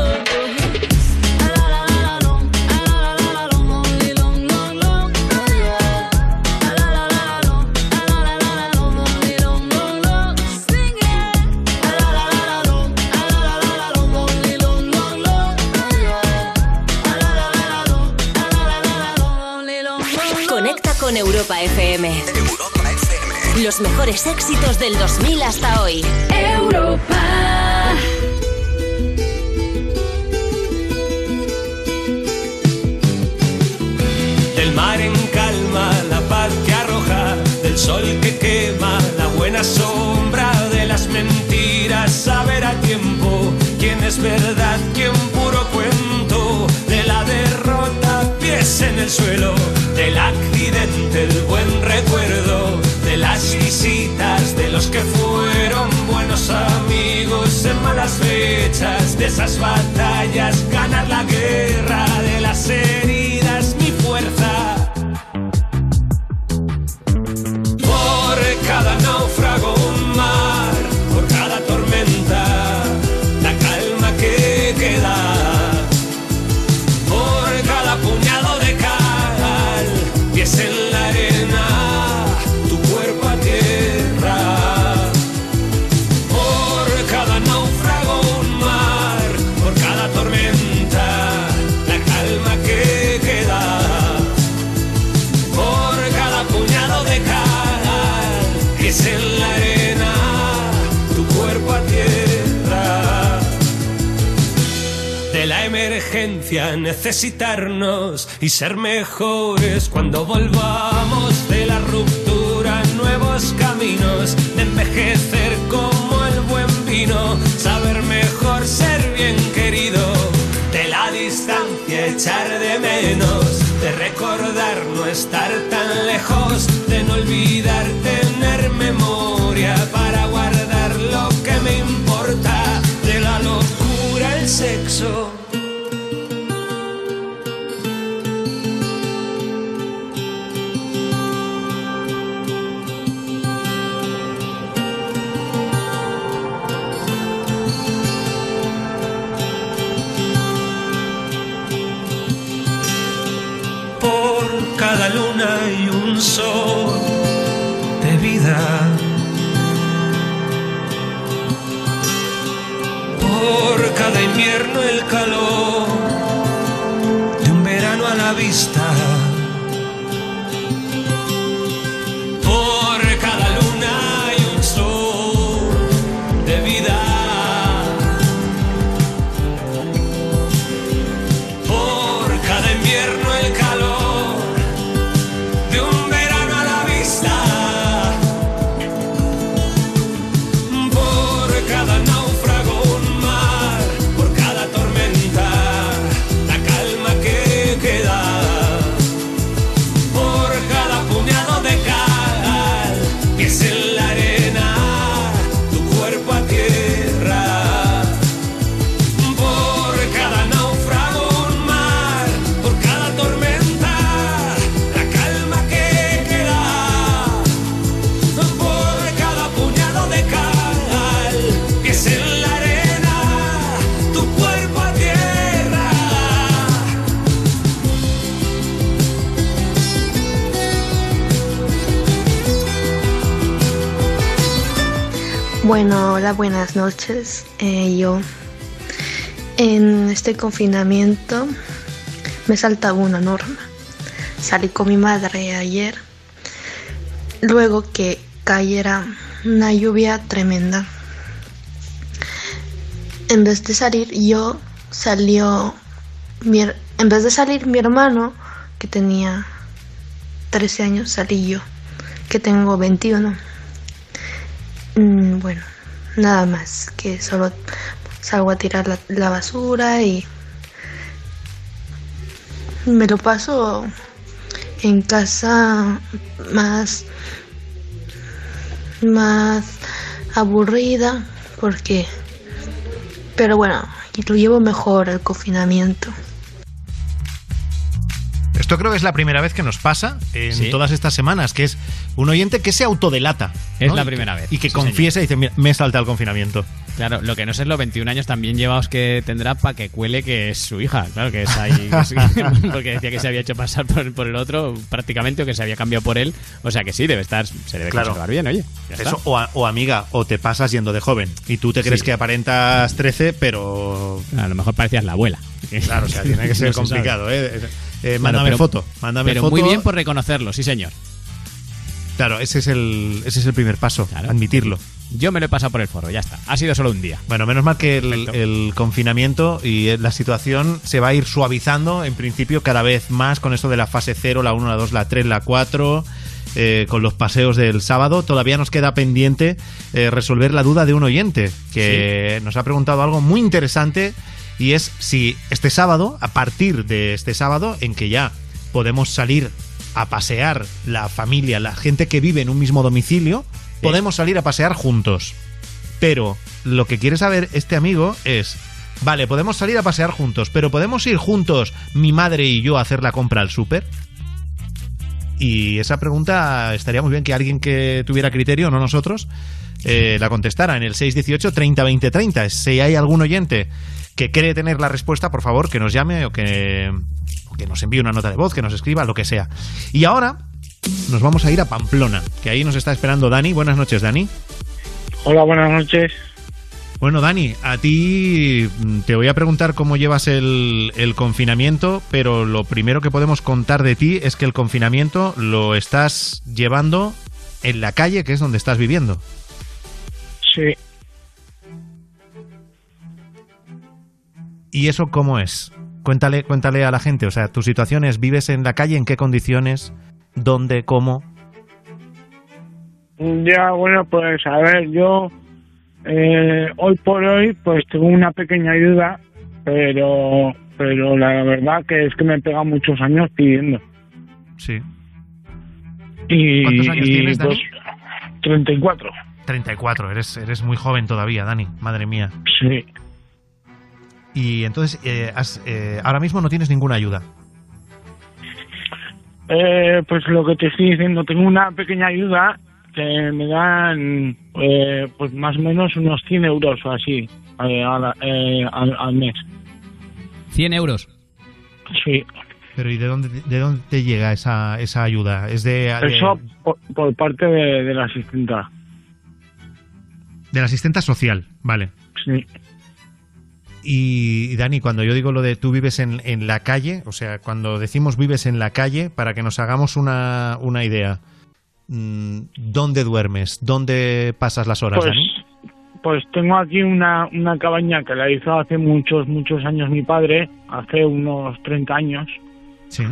Sing it. Conecta con Europa FM. Los mejores éxitos del 2000 hasta hoy. Europa. Del mar en calma, la paz que arroja, del sol que quema, la buena sombra de las mentiras, saber a tiempo quién es verdad, quién puro cuento, de la derrota, pies en el suelo, del accidente, el buen recuerdo, de las visitas, de los que fueron buenos amigos en malas fechas, de esas batallas, ganar la guerra, de las heridas, mi fuerza. Por cada náufrago un mar, por cada tormenta, la calma que queda. Por cada puñado de cal, pies en la arena, tu cuerpo a tierra. Por cada náufrago un mar, por cada tormenta, la calma que queda. Por cada puñado de cal, pies en la arena, tu cuerpo a tierra. De la emergencia necesitarnos y ser mejores cuando volvamos, de la ruptura nuevos caminos, de envejecer como el buen vino, saber mejor ser bien querido, de la distancia echar de menos, de recordar no estar tan lejos, de no olvidar tener memoria para guardar lo que me importa, de la locura el sexo. Por cada luna y un sol, invierno el calor de un verano a la vista. Por cada luna hay un sol de vida. Por cada invierno el calor de un verano a la vista. Por cada náufrago un mar, por cada tormenta la calma que queda. Por cada puñado de cal, pies en la arena, tu cuerpo a tierra. Por cada náufrago un mar, por cada tormenta la calma que queda. Por cada puñado de cal, pies en la arena, tu cuerpo a tierra. Bueno, hola, buenas noches. Yo en este confinamiento me saltaba una norma. Salí con mi madre ayer, luego que cayera una lluvia tremenda. En vez de salir yo, en vez de salir mi hermano, que tenía 13 años, salí yo, que tengo 21. Bueno, nada más, que solo salgo a tirar la basura y me lo paso en casa más aburrida, pero bueno, y lo llevo mejor el confinamiento. Esto creo que es la primera vez que nos pasa en todas estas semanas, que es un oyente que se autodelata, ¿no? Es la primera vez. Y que Sí, confiesa y dice, mira, me he saltado el confinamiento. Claro, lo que no sé es los 21 años también llevados que tendrá para que cuele que es su hija. Claro que es ahí. Porque decía que se había hecho pasar por el otro prácticamente, o que se había cambiado por él. O sea que sí, se debe conservar bien, oye. Ya está. Eso, o amiga, o te pasas yendo de joven y tú te crees que aparentas 13, pero... A lo mejor parecías la abuela. Claro, o sea, tiene que ser No se complicado, sabe. Mándame Pero- foto, mándame pero foto. muy bien por reconocerlo, sí señor. Claro, ese es el primer paso, admitirlo. Yo me lo he pasado por el forro, ya está. Ha sido solo un día. Bueno, menos mal que el confinamiento y la situación se va a ir suavizando, en principio, cada vez más con esto de la fase 0, la 1, la 2, la 3, la 4, con los paseos del sábado. Todavía nos queda pendiente resolver la duda de un oyente que nos ha preguntado algo muy interesante, y es si este sábado, a partir de este sábado, en que ya podemos salir a pasear la familia, la gente que vive en un mismo domicilio, podemos salir a pasear juntos. Pero lo que quiere saber este amigo es, vale, podemos salir a pasear juntos, pero ¿podemos ir juntos mi madre y yo a hacer la compra al súper? Y esa pregunta estaría muy bien que alguien que tuviera criterio, no nosotros, la contestara en el 618 30 20 30. Si hay algún oyente que cree tener la respuesta, por favor, que nos llame o que nos envíe una nota de voz, que nos escriba, lo que sea. Y ahora nos vamos a ir a Pamplona, que ahí nos está esperando Dani. Buenas noches, Dani. Hola, buenas noches. Bueno, Dani, a ti te voy a preguntar cómo llevas el confinamiento, pero lo primero que podemos contar de ti es que el confinamiento lo estás llevando en la calle, que es donde estás viviendo. Sí. ¿Y eso cómo es? Cuéntale a la gente, o sea, tu situación es, ¿vives en la calle? ¿En qué condiciones? ¿Dónde? ¿Cómo? Ya, bueno, pues a ver, yo hoy por hoy pues tengo una pequeña ayuda, pero la verdad que es que me pega muchos años pidiendo. Sí. Y, ¿Cuántos años tienes, Dani? pues, 34. 34, eres muy joven todavía, Dani, madre mía. Sí. Y entonces, ahora mismo no tienes ninguna ayuda. Pues lo que te estoy diciendo, tengo una pequeña ayuda que me dan pues más o menos unos 100 euros o así al mes. 100 euros. Sí. Pero ¿y de dónde te llega esa ayuda? ¿Es Eso por parte de la asistenta. De la asistenta social, vale. Sí. Y Dani, cuando yo digo lo de tú vives en la calle, o sea, cuando decimos vives en la calle, para que nos hagamos una idea, ¿dónde duermes? ¿Dónde pasas las horas, Dani? Pues tengo aquí una cabaña que la hizo hace muchos años mi padre, hace unos 30 años. Sí.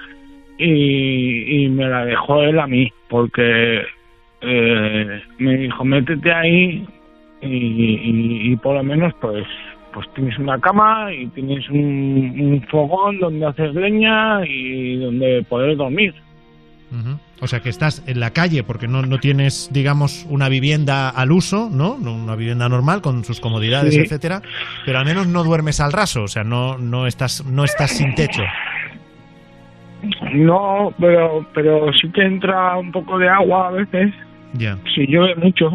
Y me la dejó él a mí, porque me dijo, métete ahí y por lo menos pues tienes una cama y tienes un fogón donde hacer leña y donde poder dormir. Uh-huh. O sea que estás en la calle porque no tienes, digamos, una vivienda al uso, ¿no? Una vivienda normal con sus comodidades, sí, etcétera, pero al menos no duermes al raso, o sea, no estás sin techo. No, pero sí te entra un poco de agua a veces. Ya. Si llueve mucho.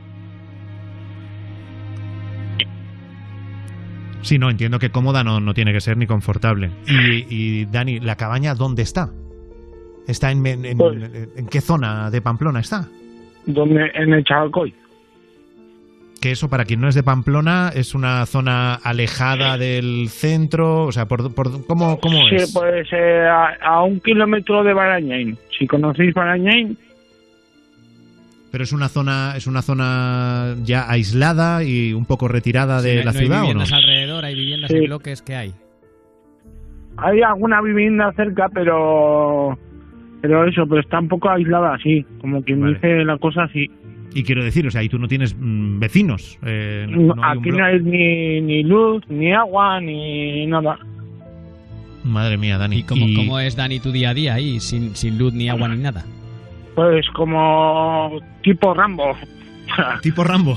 Sí, no, entiendo que cómoda no tiene que ser ni confortable. Y Dani, ¿la cabaña dónde está? ¿Está en qué zona de Pamplona está? En el Chalcoy. Que eso, para quien no es de Pamplona, es una zona alejada del centro, o sea, ¿cómo es? Sí, pues a 1 kilómetro de Barañain. Si conocéis Barañain. Pero es una zona ya aislada y un poco retirada de la ciudad, ¿o no? Hay viviendas alrededor, hay viviendas en bloques, ¿qué hay? Hay alguna vivienda cerca, pero está un poco aislada, sí, como quien dice la cosa, sí. Y quiero decir, o sea, ahí tú no tienes vecinos. Aquí no hay ni luz, ni agua, ni nada. Madre mía, Dani. ¿Y cómo es, Dani, tu día a día ahí, sin luz, ni agua, ni nada? Pues como tipo Rambo. ¿Tipo Rambo?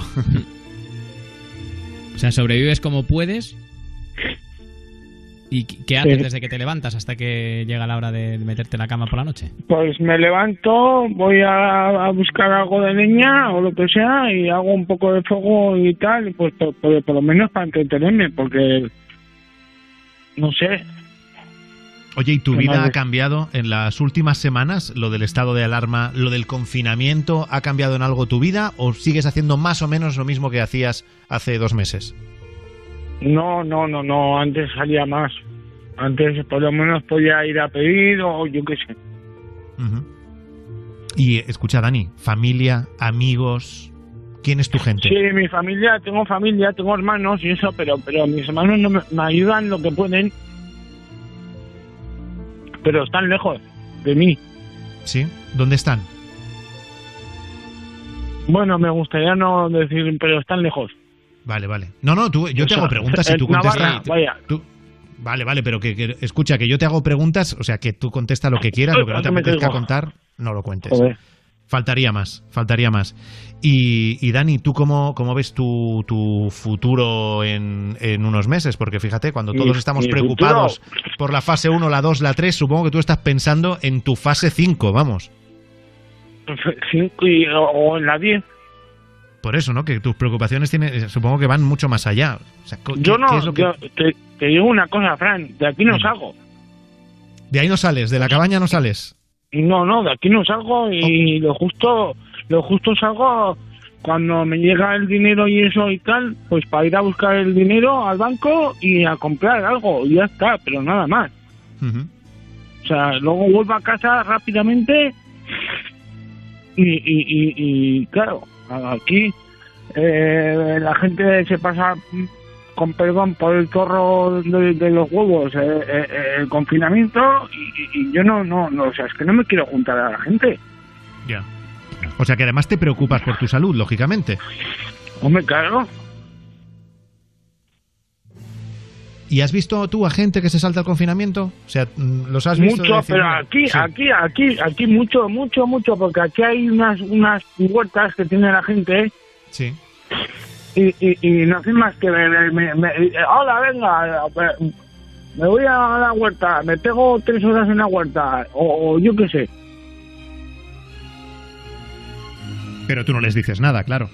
O sea, sobrevives como puedes. ¿Y qué haces desde que te levantas hasta que llega la hora de meterte en la cama por la noche? Pues me levanto, voy a buscar algo de leña o lo que sea y hago un poco de fuego y tal, pues por lo menos para entretenerme, porque no sé. Oye, ¿y tu vida ha cambiado en las últimas semanas? ¿Lo del estado de alarma, lo del confinamiento, ha cambiado en algo tu vida o sigues haciendo más o menos lo mismo que hacías hace 2 meses? No, antes salía más. Antes por lo menos podía ir a pedir o yo qué sé. Uh-huh. Y escucha, Dani, familia, amigos, ¿quién es tu gente? Sí, mi familia, tengo hermanos y eso, pero mis hermanos no me ayudan lo que pueden. Pero están lejos de mí. ¿Sí? ¿Dónde están? Bueno, me gustaría no decir, pero están lejos. Vale. No, yo te hago preguntas y tú contestas. Vaya. Vale, pero que escucha, que yo te hago preguntas, o sea, que tú contestas lo que quieras, lo que no te apetezca contar, no lo cuentes. Joder. Faltaría más. Y Dani, ¿tú cómo ves tu futuro en unos meses? Porque fíjate, cuando todos estamos preocupados por la fase 1, la 2, la 3, supongo que tú estás pensando en tu fase 5, vamos. 5 o en la 10. Por eso, ¿no? Que tus preocupaciones supongo que van mucho más allá. O sea, ¿qué es lo que... te digo una cosa, Fran, de aquí no salgo. ¿De ahí no sales? ¿De la cabaña no sales? No, de aquí no salgo y lo justo salgo cuando me llega el dinero y eso y tal, pues para ir a buscar el dinero al banco y a comprar algo y ya está, pero nada más. Uh-huh. O sea, luego vuelvo a casa rápidamente y claro, aquí la gente se pasa con perdón por el torro de los huevos el confinamiento y yo no, o sea, es que no me quiero juntar a la gente. Ya. O sea que además te preocupas por tu salud, lógicamente. Hombre, claro. ¿Y has visto tú a gente que se salta el confinamiento? O sea, ¿los has visto? Mucho, pero aquí mucho, porque aquí hay unas huertas que tiene la gente. Sí. Y no hacen más que hola, venga, me voy a la huerta, me pego 3 horas en la huerta, o yo qué sé. Pero tú no les dices nada, claro.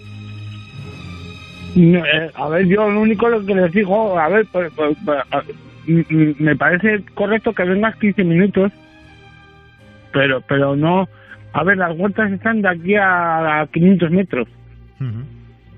A ver, yo lo único que les digo, a ver, me parece correcto que vengas 15 minutos, pero no. A ver, las huertas están de aquí a 500 metros. Uh-huh.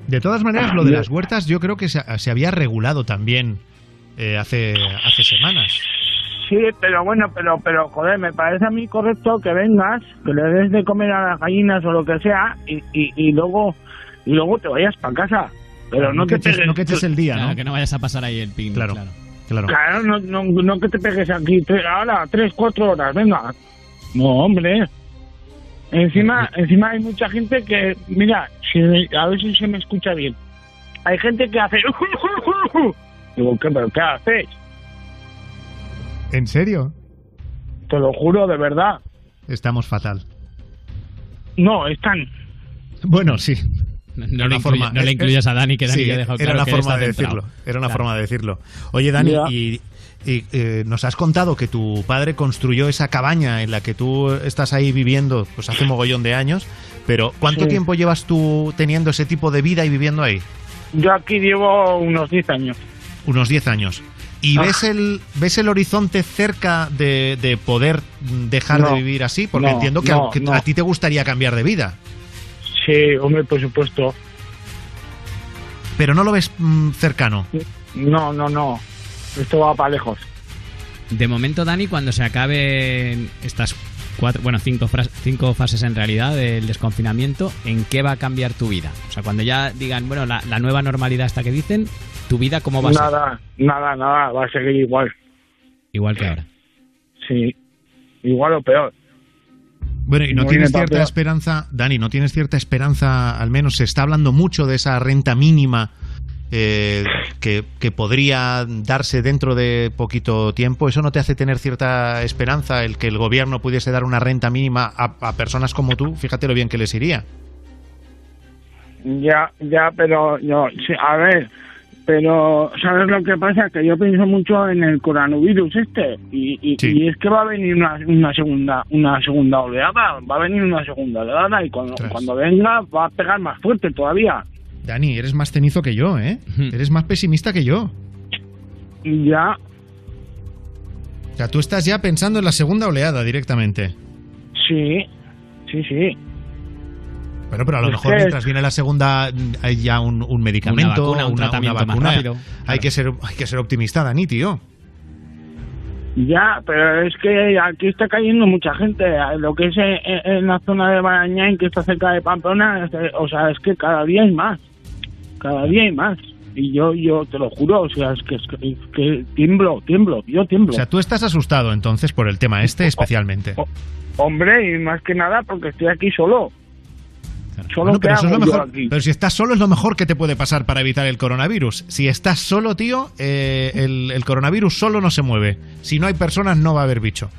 De todas maneras, lo de las huertas yo creo que se había regulado también hace semanas. Sí, pero bueno, pero joder, me parece a mí correcto que vengas, que le des de comer a las gallinas o lo que sea y luego te vayas para casa. Pero no que eches el día, claro, ¿no? Que no vayas a pasar ahí el pin. Claro. Claro, no que te pegues aquí ahora 3-4 horas, venga. No, hombre. Encima hay mucha gente que, mira, a ver si se me escucha bien. Hay gente que hace... Digo, ¿pero qué hacéis? ¿En serio? Te lo juro, de verdad. Estamos fatal. No, están... Bueno, sí. No le incluyas a Dani, que Dani ya ha dejado claro que forma de decirlo. Era una forma de decirlo. Oye, Dani, y nos has contado que tu padre construyó esa cabaña en la que tú estás ahí viviendo pues hace mogollón de años, pero ¿cuánto tiempo llevas tú teniendo ese tipo de vida y viviendo ahí? Yo aquí llevo unos 10 años. Unos 10 años. ¿Y ves el horizonte cerca de poder dejar de vivir así? Porque entiendo que a ti te gustaría cambiar de vida. Sí, hombre, por supuesto. ¿Pero no lo ves cercano? No. Esto va para lejos. De momento, Dani, cuando se acaben estas 5 fases en realidad del desconfinamiento, ¿en qué va a cambiar tu vida? O sea, cuando ya digan, bueno, la nueva normalidad esta que dicen, ¿tu vida cómo va a ser? Nada, va a seguir igual. Igual que ahora. Sí, igual o peor. Bueno, ¿y no tienes cierta esperanza, Dani, al menos se está hablando mucho de esa renta mínima que podría darse dentro de poquito tiempo? ¿Eso no te hace tener cierta esperanza, el que el gobierno pudiese dar una renta mínima a personas como tú? Fíjate lo bien que les iría. Ya, pero sí, a ver, pero ¿sabes lo que pasa? Que yo pienso mucho en el coronavirus y es que va a venir una segunda oleada, y cuando venga va a pegar más fuerte todavía. Dani, eres más cenizo que yo, ¿eh? Eres más pesimista que yo. Ya. O sea, tú estás ya pensando en la segunda oleada directamente. Sí. Bueno, pero a lo mejor mientras viene la segunda hay ya un medicamento, un tratamiento vacuna. más rápido. Hay que ser optimista, Dani, tío. Ya, pero es que aquí está cayendo mucha gente. Lo que es en la zona de Barañáin, que está cerca de Pamplona, o sea, es que cada día hay más. Y yo te lo juro, o sea, es que tiemblo. O sea, tú estás asustado entonces por el tema especialmente. Hombre, y más que nada porque estoy aquí solo. Pero eso es lo mejor. Pero si estás solo es lo mejor que te puede pasar para evitar el coronavirus. Si estás solo, tío, el coronavirus solo no se mueve. Si no hay personas no va a haber bicho.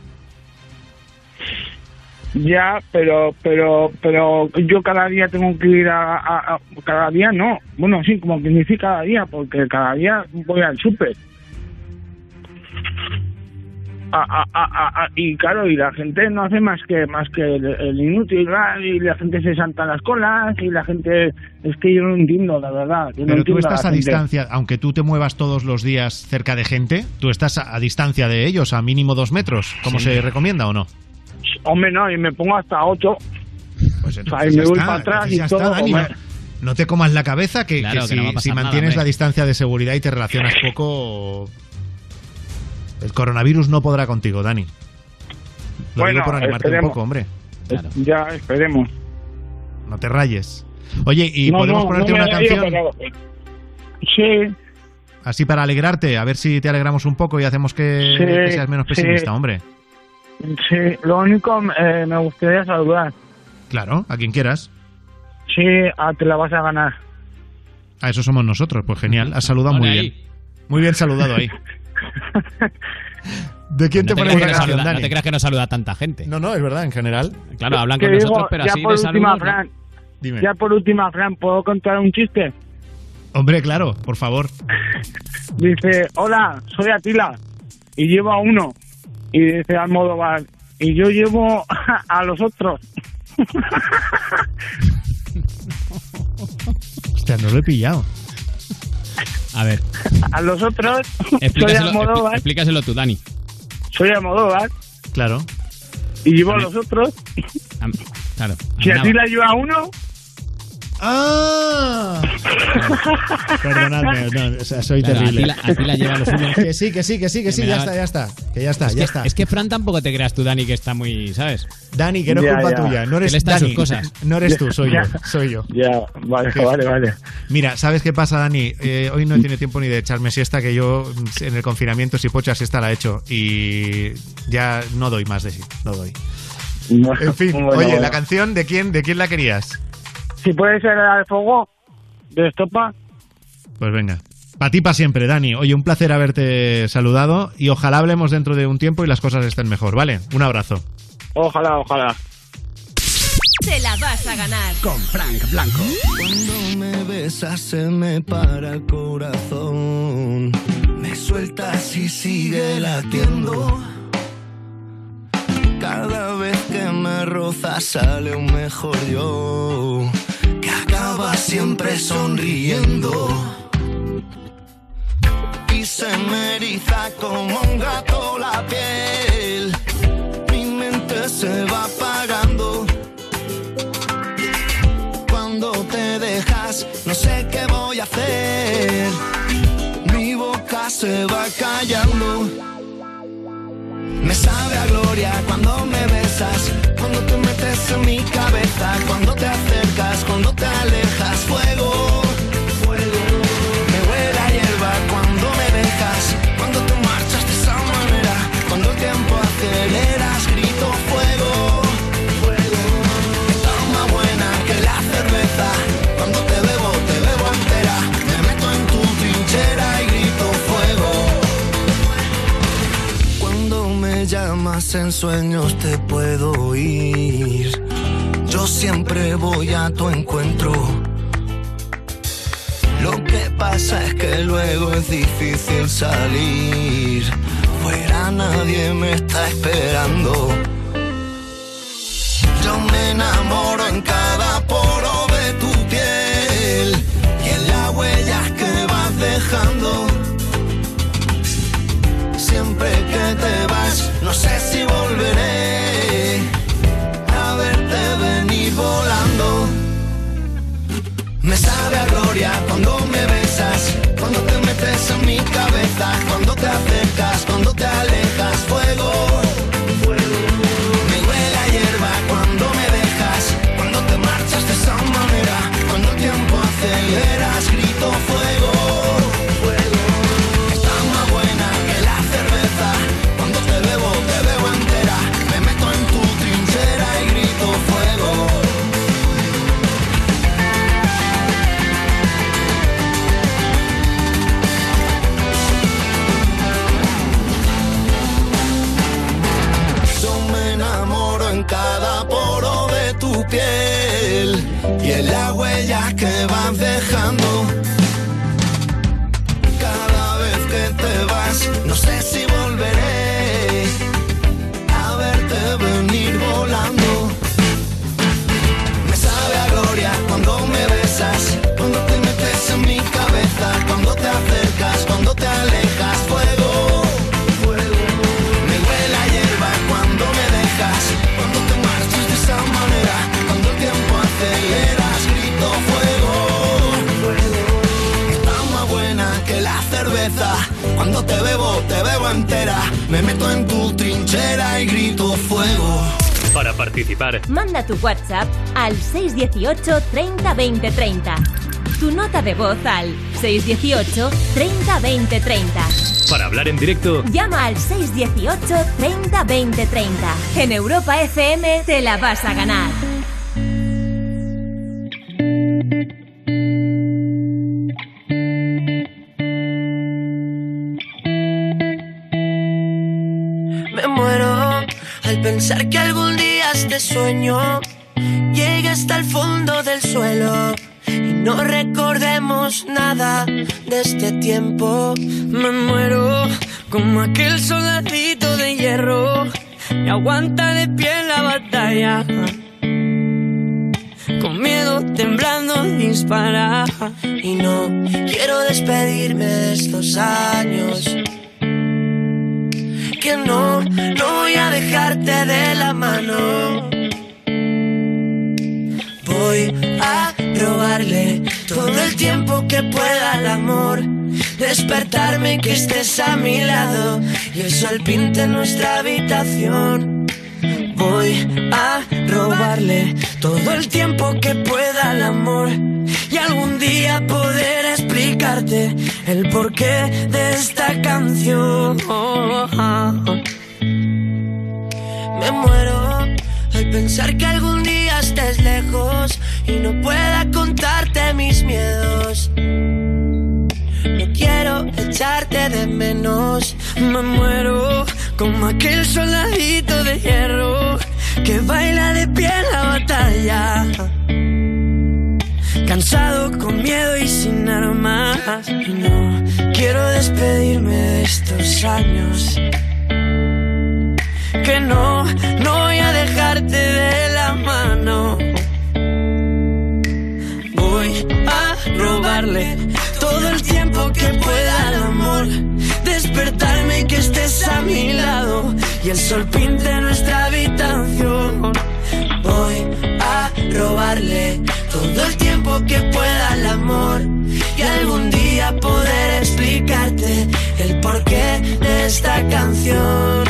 Ya, pero yo cada día tengo que ir cada día no. Bueno, sí, como que dice cada día, porque cada día voy al súper. Y claro, y la gente no hace más que el inútil, y la gente se salta las colas, y la gente, es que yo no entiendo, la verdad. Pero tú estás a distancia, aunque tú te muevas todos los días cerca de gente, tú estás a distancia de ellos, a mínimo 2 metros, ¿como se recomienda o no? Hombre, no, y me pongo hasta 8. Pues entonces me voy para atrás y todo. Dani, no te comas la cabeza que si mantienes la distancia de seguridad y te relacionas poco, el coronavirus no podrá contigo, Dani. Lo digo por animarte un poco, hombre. Claro. Ya, esperemos. No te rayes. Oye, ¿y podemos ponerte una canción? Sí. Así para alegrarte, a ver si te alegramos un poco y hacemos que seas menos pesimista, hombre. Sí, lo único, me gustaría saludar. Claro, a quien quieras. Sí, te la vas a ganar. A eso somos nosotros, pues genial, has saludado muy bien. Muy bien saludado ahí. ¿De quién te pones la canción, Dani? No te creas que no saluda a tanta gente. No, es verdad, en general. Claro, hablan con nosotros, pero así de saludos, Fran, Dime. Ya por última, Fran, ¿puedo contar un chiste? Hombre, claro, por favor. Dice, hola, soy Atila y llevo a uno. Y dice Almodóvar, y yo llevo a los otros. Hostia, no lo he pillado. A ver. A los otros, soy Almodóvar. Explícaselo tú, Dani. Soy Almodóvar. Claro. Y llevo a los otros. Claro. Si Atila lleva a uno. ¡Ah! Perdonadme, no, o sea, soy terrible. A ti la lleva los suyos. Que sí, ya está. Es que Fran tampoco te creas tú, Dani, que está muy, ¿sabes? Dani, que no es culpa tuya. No eres Dani. No eres tú, soy yo. Ya, vale. Mira, ¿sabes qué pasa, Dani? Hoy no tiene tiempo ni de echarme siesta, que yo en el confinamiento, si puedo echar siesta, la he hecho. Y ya no doy más de sí. No doy. En fin, oye, la canción, ¿de quién la querías? Si puede ser el fuego de Estopa. Pues venga. Para ti, para siempre, Dani. Oye, un placer haberte saludado y ojalá hablemos dentro de un tiempo y las cosas estén mejor, ¿vale? Un abrazo. Ojalá. Te la vas a ganar con Frank Blanco. Cuando me besas se me para el corazón. Me sueltas y sigue latiendo. Cada vez que me rozas sale un mejor yo, que acaba siempre sonriendo. Y se me eriza como un gato la piel. Mi mente se va apagando. Cuando te dejas, no sé qué voy a hacer. Mi boca se va callando. Me sabe a gloria cuando me besas, cuando te metes en mi cabeza, cuando te acercas, cuando te alejas, fuego. Me huele a hierba cuando me dejas, cuando te marchas de esa manera, cuando el tiempo aceleras, grito fuego. Está más buena que la cerveza, cuando te bebo entera, me meto en tu trinchera y grito fuego. Me llamas en sueños, te puedo oír. Yo siempre voy a tu encuentro. Lo que pasa es que luego es difícil salir. Fuera nadie me está esperando. Yo me enamoro en cada poro de tu piel y en las huellas que vas dejando. Siempre que te vas, no sé si volveré a verte venir volando. Me sabe a gloria cuando me besas, cuando te metes en mi cabeza, cuando te acercas, cuando te alejas, fuego. Me huele a hierba cuando me dejas, cuando te marchas de esa manera, cuando el tiempo aceleras, grito fuego. Cada poro de tu piel y en las huellas que vas dejando. Cada vez que te vas, no sé si volveré a verte venir volando. Me sabe a gloria cuando me besas, cuando te metes en mi cabeza, cuando te acercas, cuando te alejas, fuego. Me huele a hierba cuando me dejas, cuando te marchas de esa manera, cuando el tiempo aceleras, grito fuego. Está más buena que la cerveza, cuando te bebo entera, me meto en tu trinchera y grito fuego. Para participar, manda tu WhatsApp al 618 30 20 30. Tu nota de voz al 618 30 20 30. Para hablar en directo, llama al 618 30 20 30. En Europa FM te la vas a ganar. Me muero al pensar que algún día este sueño llegue hasta el fondo del suelo y no recordemos nada de este tiempo. Me muero como aquel soldadito de hierro que aguanta de pie en la batalla, con miedo, temblando, dispara. Y no quiero despedirme de estos años, que no voy a dejarte de la mano. Voy a robar robarle todo el tiempo que pueda al amor. Despertarme y que estés a mi lado y el sol pinte nuestra habitación. Voy a robarle todo el tiempo que pueda al amor y algún día poder explicarte el porqué de esta canción. Me muero al pensar que algún día estés lejos y no pueda contarte mis miedos. No quiero echarte de menos. Me muero como aquel soldadito de hierro que baila de pie en la batalla, cansado, con miedo y sin armas. Y no quiero despedirme de estos años, que no voy a dejarte de la mano. Voy a robarle todo el tiempo que pueda al amor. Despertarme y que estés a mi lado y el sol pinte nuestra habitación. Voy a robarle todo el tiempo que pueda al amor y algún día poder explicarte el porqué de esta canción.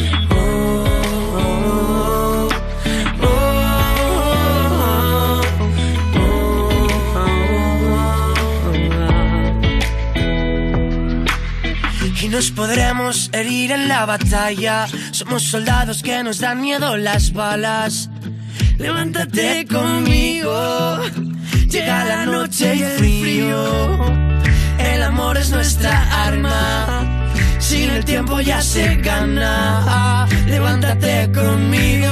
Y nos podremos herir en la batalla. Somos soldados que nos dan miedo las balas. Levántate conmigo. Llega la noche y el frío. El amor es nuestra arma. Sin el tiempo ya se gana. Levántate conmigo.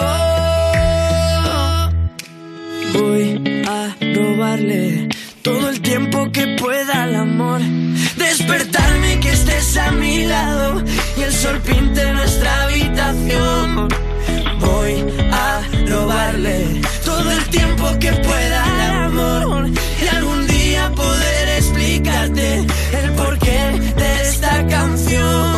Voy a robarle todo el tiempo que pueda al amor. Despertarme y que estés a mi lado y el sol pinte nuestra habitación. Voy a robarle todo el tiempo que pueda al amor y algún día poder explicarte el porqué de esta canción.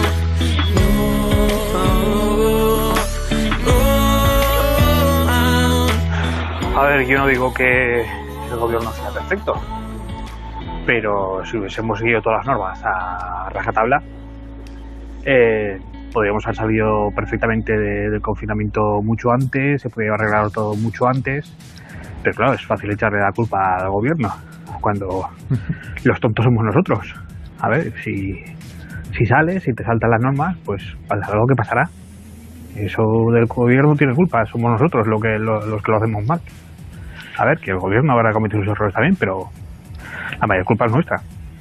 A ver, yo no digo que el gobierno sea perfecto, pero si hubiésemos seguido todas las normas a rajatabla, podríamos haber salido perfectamente del confinamiento mucho antes, se podría haber arreglado todo mucho antes, pero claro, es fácil echarle la culpa al gobierno cuando los tontos somos nosotros. A ver, si sales, si te saltan las normas, pues pasará lo que pasará. Eso del gobierno no tiene culpa, somos nosotros los que lo hacemos mal. A ver, que el gobierno habrá cometido sus errores también, pero la mayor culpa es nuestra.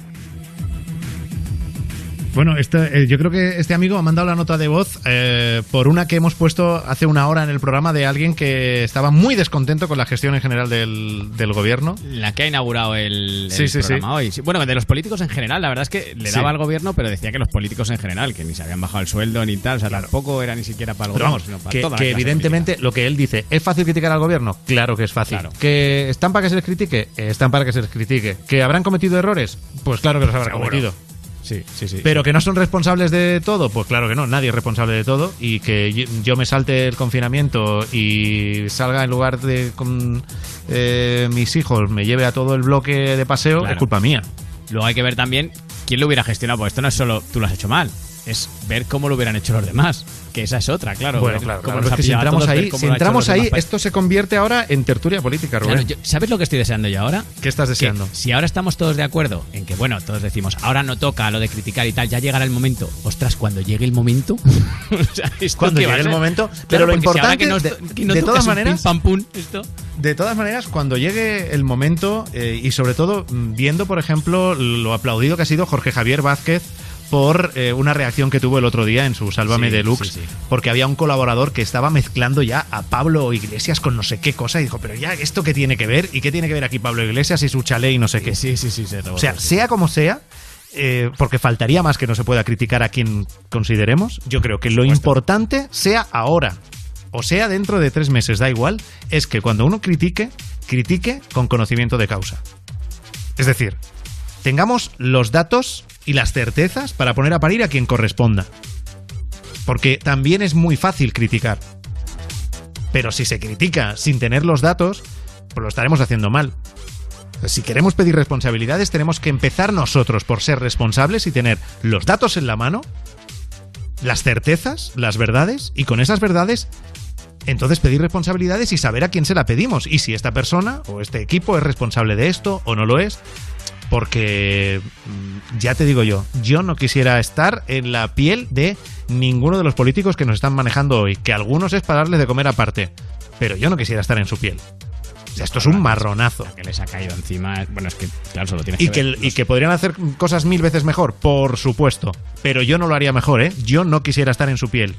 Bueno, yo creo que este amigo ha mandado la nota de voz por una que hemos puesto hace una hora en el programa de alguien que estaba muy descontento con la gestión en general del gobierno. La que ha inaugurado el programa hoy. Sí, bueno, de los políticos en general, la verdad es que le daba al gobierno, pero decía que los políticos en general, que ni se habían bajado el sueldo ni tal, o sea, tampoco era ni siquiera para el gobierno, sino para toda la clase evidentemente política. Lo que él dice, ¿es fácil criticar al gobierno? Claro que es fácil. Claro. ¿Que están para que se les critique? Están para que se les critique. ¿Que habrán cometido errores? Pues claro que los habrán cometido. Sí. Pero que no son responsables de todo, pues claro que no, nadie es responsable de todo. Y que yo me salte el confinamiento y salga en lugar de con mis hijos, me lleve a todo el bloque de paseo, claro, es culpa mía. Luego hay que ver también quién lo hubiera gestionado, porque esto no es solo tú lo has hecho mal, es ver cómo lo hubieran hecho los demás, que esa es otra, claro. Bueno, claro, es que si entramos ahí, esto se convierte ahora en tertulia política, Rubén. Claro, ¿sabes lo que estoy deseando yo ahora? ¿Qué estás deseando? Que si ahora estamos todos de acuerdo en que, bueno, todos decimos, ahora no toca lo de criticar y tal, ya llegará el momento. Ostras, cuando llegue el momento. O sea, cuando llegue el momento. Pero lo importante, si de todas maneras, pim, pam, pum, esto. De todas maneras, cuando llegue el momento, y sobre todo viendo, por ejemplo, lo aplaudido que ha sido Jorge Javier Vázquez por una reacción que tuvo el otro día en su Sálvame Deluxe, porque había un colaborador que estaba mezclando ya a Pablo Iglesias con no sé qué cosa y dijo, pero ya, ¿esto qué tiene que ver? ¿Y qué tiene que ver aquí Pablo Iglesias y su chalet y no sé qué? Sí. O sea, sea como sea, porque faltaría más que no se pueda criticar a quien consideremos, yo creo que lo importante, sea ahora o sea dentro de 3 meses, da igual, es que cuando uno critique con conocimiento de causa. Es decir, tengamos los datos y las certezas para poner a parir a quien corresponda. Porque también es muy fácil criticar. Pero si se critica sin tener los datos, pues lo estaremos haciendo mal. Si queremos pedir responsabilidades, tenemos que empezar nosotros por ser responsables y tener los datos en la mano, las certezas, las verdades, y con esas verdades entonces pedir responsabilidades y saber a quién se la pedimos y si esta persona o este equipo es responsable de esto o no lo es. Porque ya te digo yo no quisiera estar en la piel de ninguno de los políticos que nos están manejando hoy, que algunos es para darles de comer aparte, pero yo no quisiera estar en su piel. O sea, esto es un marronazo. Que les ha caído encima. Bueno, es que, claro, solo tienes y que ver. Y que podrían hacer cosas 1000 veces mejor, por supuesto. Pero yo no lo haría mejor, ¿eh? Yo no quisiera estar en su piel.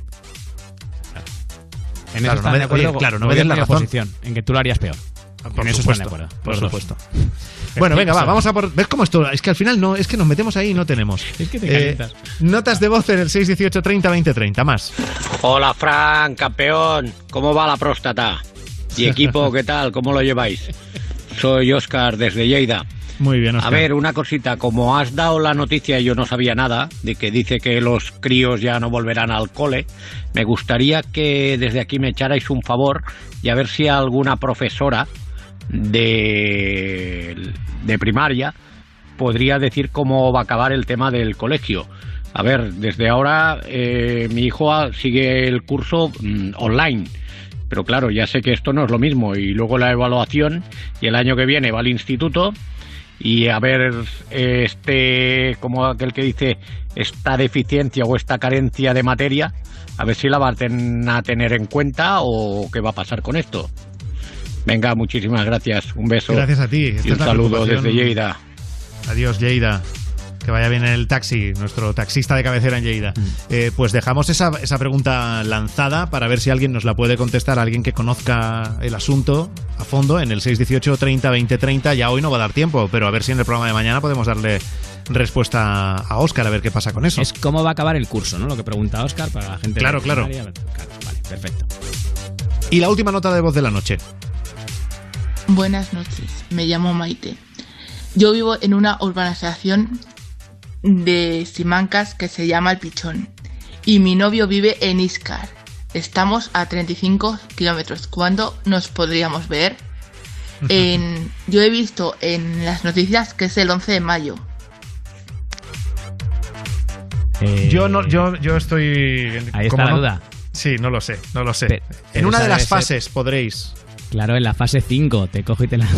En eso están de acuerdo. Claro, no me des la razón. Oposición, en que tú lo harías peor. Por en eso supuesto, están de acuerdo. por supuesto. Bueno, venga, va, vamos a por... ¿Ves cómo esto? Es que al final no, es que nos metemos ahí y no tenemos. Es que te calientas. Notas de voz en el 618 30 20 30, más. Hola, Fran, campeón. ¿Cómo va la próstata? Y equipo, ¿qué tal? ¿Cómo lo lleváis? Soy Óscar desde Lleida. Muy bien, Óscar. A ver, una cosita, como has dado la noticia y yo no sabía nada, de que dice que los críos ya no volverán al cole, me gustaría que desde aquí me echarais un favor y a ver si alguna profesora de primaria podría decir cómo va a acabar el tema del colegio. A ver, desde ahora mi hijo sigue el curso online, pero claro, ya sé que esto no es lo mismo, y luego la evaluación, y el año que viene va al instituto, y a ver, como aquel que dice, esta deficiencia o esta carencia de materia, a ver si la van a tener en cuenta o qué va a pasar con esto. Venga, muchísimas gracias. Un beso. Gracias a ti. Y un saludo desde Lleida. Adiós, Lleida. Que vaya bien el taxi, nuestro taxista de cabecera en Lleida. Pues dejamos esa pregunta lanzada para ver si alguien nos la puede contestar, alguien que conozca el asunto a fondo, en el 618 30 20 30. Ya hoy no va a dar tiempo, pero a ver si en el programa de mañana podemos darle respuesta a Óscar, a ver qué pasa con eso. Es cómo va a acabar el curso, ¿no? Lo que pregunta Óscar para la gente. Claro. Vale, perfecto. Y la última nota de voz de la noche. Buenas noches, me llamo Maite. Yo vivo en una urbanización de Simancas que se llama El Pichón y mi novio vive en Íscar. Estamos a 35 kilómetros. ¿Cuándo nos podríamos ver? Yo he visto en las noticias que es el 11 de mayo. Yo estoy... Ahí está la duda. Sí, no lo sé. En una de las fases podréis... Claro, en la fase 5 te cojo y te la...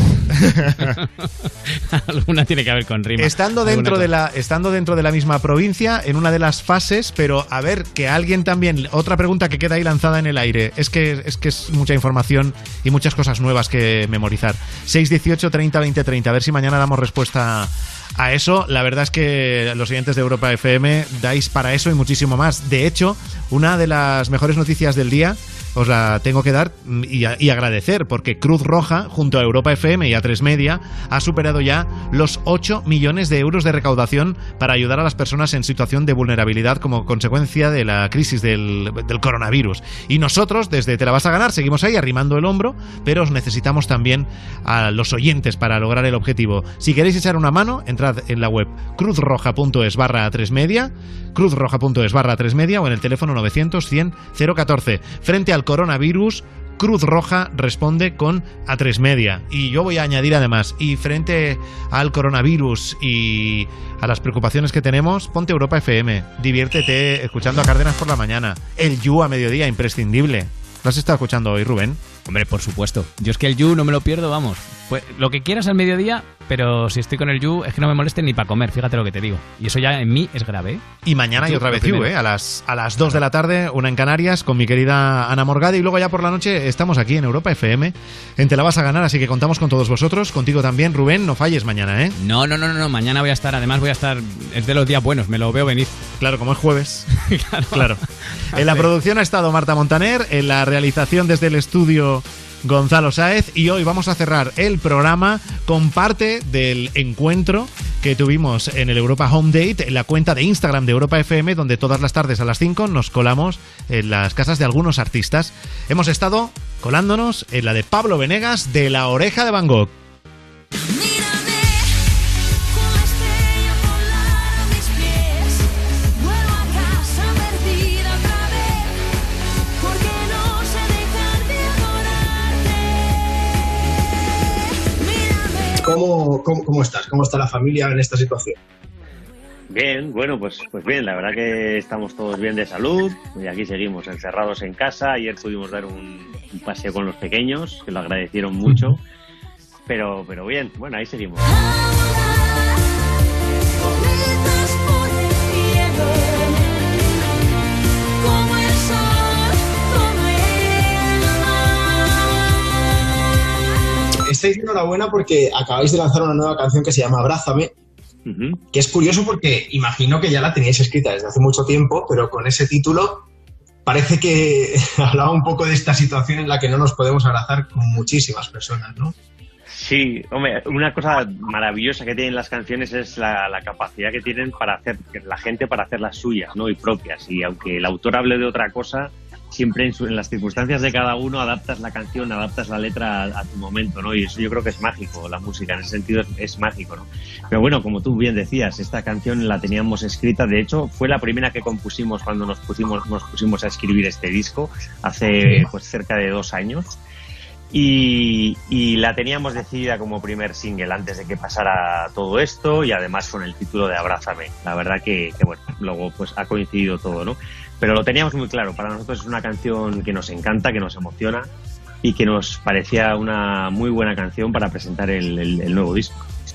Alguna tiene que haber con rima. Estando dentro de la misma provincia, en una de las fases, pero a ver, que alguien también... Otra pregunta que queda ahí lanzada en el aire. Es que es mucha información y muchas cosas nuevas que memorizar. 618 30 20 30. A ver si mañana damos respuesta a eso. La verdad es que los oyentes de Europa FM dais para eso y muchísimo más. De hecho, una de las mejores noticias del día os la tengo que dar y agradecer, porque Cruz Roja, junto a Europa FM y A3 Media, ha superado ya los 8 millones de euros de recaudación para ayudar a las personas en situación de vulnerabilidad como consecuencia de la crisis del coronavirus. Y nosotros, desde Te la vas a ganar, seguimos ahí arrimando el hombro, pero os necesitamos también a los oyentes para lograr el objetivo. Si queréis echar una mano, entrad en la web cruzroja.es/A3 Media, cruzroja.es/A3 Media, o en el teléfono 900 100 014. Frente al coronavirus, Cruz Roja responde con A3 Media. Y yo voy a añadir además, y frente al coronavirus y a las preocupaciones que tenemos, ponte Europa FM, diviértete escuchando a Cárdenas por la mañana, el You a mediodía, imprescindible. ¿Lo has estado escuchando hoy, Rubén? Hombre, por supuesto. Yo es que el You no me lo pierdo, vamos. Pues lo que quieras al mediodía, pero si estoy con el You es que no me moleste ni para comer, fíjate lo que te digo. Y eso ya en mí es grave, ¿eh? Y mañana hay otra vez You, ¿eh? A las 2 de la tarde, una en Canarias, con mi querida Ana Morgade. Y luego ya por la noche estamos aquí en Europa FM, en Te la vas a ganar, así que contamos con todos vosotros, contigo también, Rubén. No falles mañana, ¿eh? No, mañana voy a estar, además voy a estar, es de los días buenos, me lo veo venir. Claro, como es jueves. Claro. En la producción ha estado Marta Montaner, en la realización desde el estudio Gonzalo Sáez, y hoy vamos a cerrar el programa con parte del encuentro que tuvimos en el Europa Home Date, en la cuenta de Instagram de Europa FM, donde todas las tardes a las 5 nos colamos en las casas de algunos artistas. Hemos estado colándonos en la de Pablo Venegas, de La Oreja de Van Gogh. ¿Cómo ¿cómo estás? ¿Cómo está la familia en esta situación? Bien, bueno, pues bien, la verdad que estamos todos bien de salud y aquí seguimos encerrados en casa. Ayer pudimos dar un paseo con los pequeños, que lo agradecieron mucho, pero bien, bueno, ahí seguimos. Estáis de enhorabuena porque acabáis de lanzar una nueva canción que se llama Abrázame, que es curioso porque imagino que ya la teníais escrita desde hace mucho tiempo, pero con ese título parece que hablaba un poco de esta situación en la que no nos podemos abrazar con muchísimas personas, ¿no? Sí, hombre, una cosa maravillosa que tienen las canciones es la capacidad que tienen para hacer la gente para hacerlas suyas, ¿no? Y propias. Y aunque el autor hable de otra cosa, siempre en las circunstancias de cada uno adaptas la canción, adaptas la letra a tu momento, ¿no? Y eso yo creo que es mágico, la música en ese sentido es mágico, ¿no? Pero bueno, como tú bien decías, esta canción la teníamos escrita, de hecho fue la primera que compusimos cuando nos pusimos a escribir este disco hace pues cerca de 2 años. Y la teníamos decidida como primer single antes de que pasara todo esto y además con el título de Abrázame. La verdad que bueno, luego pues ha coincidido todo, ¿no? Pero lo teníamos muy claro, para nosotros es una canción que nos encanta, que nos emociona y que nos parecía una muy buena canción para presentar el nuevo disco.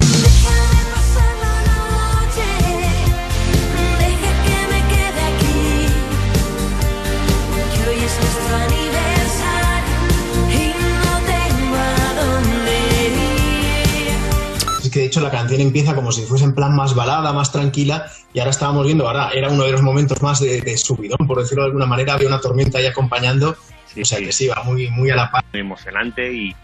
Que de hecho la canción empieza como si fuese en plan más balada, más tranquila, y ahora estábamos viendo, ahora era uno de los momentos más de subidón, por decirlo de alguna manera, había una tormenta ahí acompañando, o sea que sí, va muy a la par. Muy emocionante y...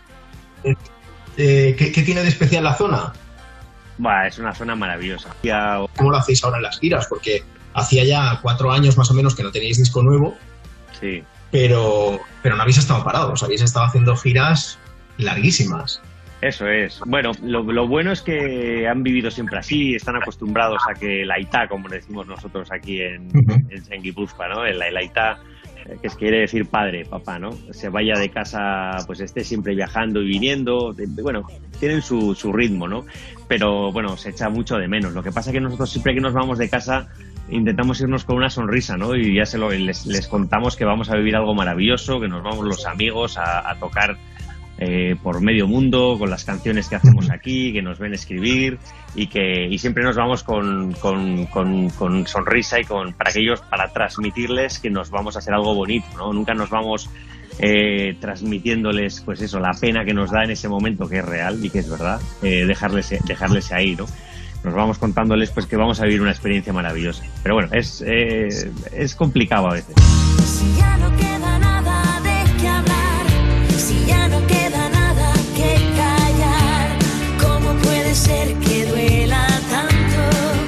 ¿Qué tiene de especial la zona? Es una zona maravillosa. ¿Cómo lo hacéis ahora en las giras? Porque hacía ya 4 años más o menos que no teníais disco nuevo, sí, pero no habéis estado parados, habéis estado haciendo giras larguísimas. Eso es. Bueno, lo bueno es que han vivido siempre así, están acostumbrados a que el aitá, como decimos nosotros aquí en Guipúzcoa, ¿no? El aitá, que quiere decir padre, papá, ¿no? Se vaya de casa, pues esté siempre viajando y viniendo. Bueno, tienen su ritmo, ¿no? Pero bueno, se echa mucho de menos. Lo que pasa es que nosotros siempre que nos vamos de casa intentamos irnos con una sonrisa, ¿no? Y ya les contamos que vamos a vivir algo maravilloso, que nos vamos los amigos a tocar por medio mundo con las canciones que hacemos aquí, que nos ven escribir y siempre nos vamos con sonrisa y para transmitirles que nos vamos a hacer algo bonito, ¿no? Nunca nos vamos transmitiéndoles pues eso, la pena que nos da en ese momento, que es real y que es verdad, dejarles ahí, ¿no? Nos vamos contándoles pues que vamos a vivir una experiencia maravillosa. Pero bueno, es complicado a veces. Si ya no queda nada de qué hablar, si ya no queda nada que callar, ¿cómo puede ser que duela tanto?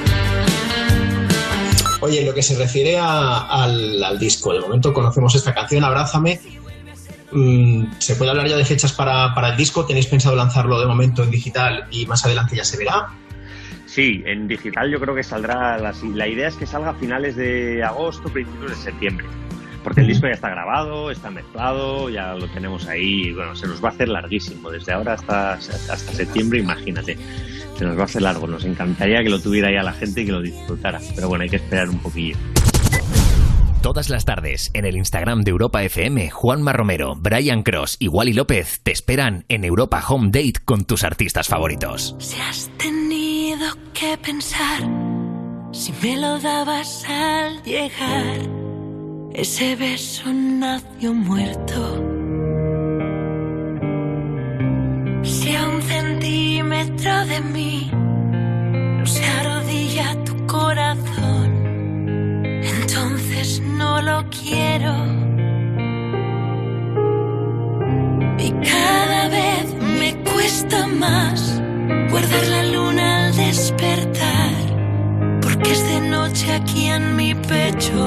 Oye, en lo que se refiere al disco, de momento conocemos esta canción, Abrázame. ¿Se puede hablar ya de fechas para el disco? ¿Tenéis pensado lanzarlo de momento en digital y más adelante ya se verá? Sí, en digital yo creo que saldrá, la idea es que salga a finales de agosto, principios de septiembre, porque el disco ya está grabado, está mezclado, ya lo tenemos ahí, y bueno, se nos va a hacer larguísimo, desde ahora hasta septiembre, imagínate, se nos va a hacer largo, nos encantaría que lo tuviera ya la gente y que lo disfrutara, pero bueno, hay que esperar un poquillo. Todas las tardes, en el Instagram de Europa FM, Juanma Romero, Brian Cross y Wally López te esperan en Europa Home Date con tus artistas favoritos. Si has tenido que pensar, si me lo dabas al llegar, ese beso nació muerto. Si a 1 centímetro de mí no se arrodilla tu corazón, entonces no lo quiero. Y cada vez me cuesta más guardar la luna al despertar, porque es de noche aquí en mi pecho.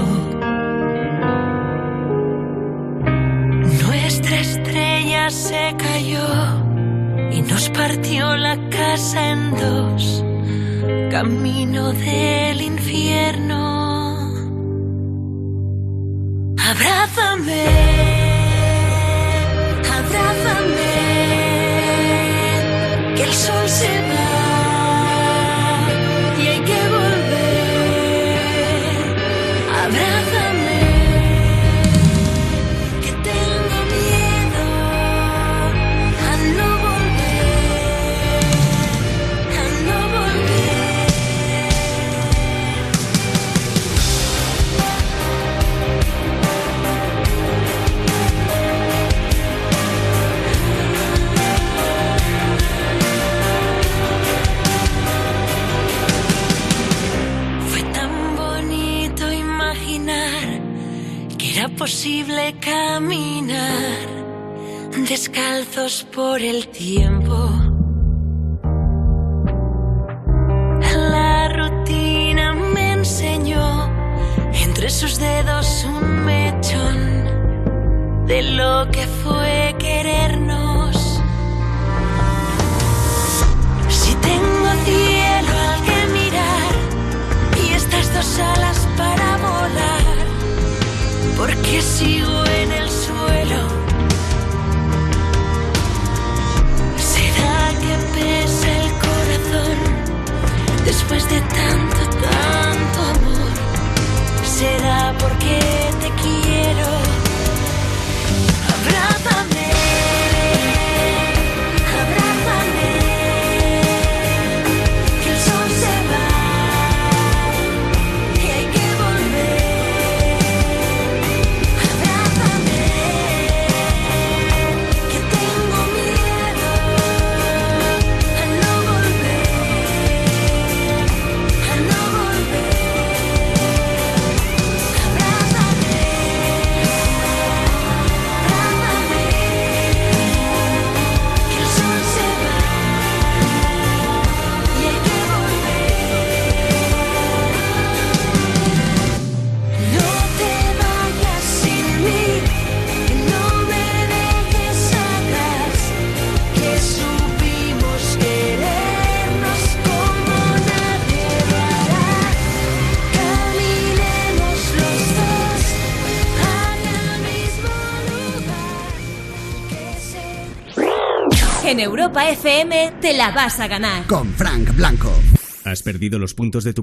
Nuestra estrella se cayó y nos partió la casa en 2, camino del infierno. Abrázame, abrázame, que el sol se va. era posible caminar descalzos por el tiempo. La rutina me enseñó entre sus dedos un mechón de lo que fue querernos. Si tengo cielo al que mirar y estas dos alas para volar, porque sigo en el suelo. ¿Será que pesa el corazón después de tanto, tanto amor? ¿Será porque te quiero? Abrázame, abrázame, que el sol se va y hay que volver. Abrázame, que tengo miedo a no volver, a no volver. Abrázame, que el sol se va y hay que volver. No te vayas sin mí, no me dejes atrás, que supimos querernos como nadie lo hará. Caminemos los dos hacia el mismo lugar. En Europa FM te la vas a ganar. Con Frank Blanco. ¿Has perdido los puntos de tu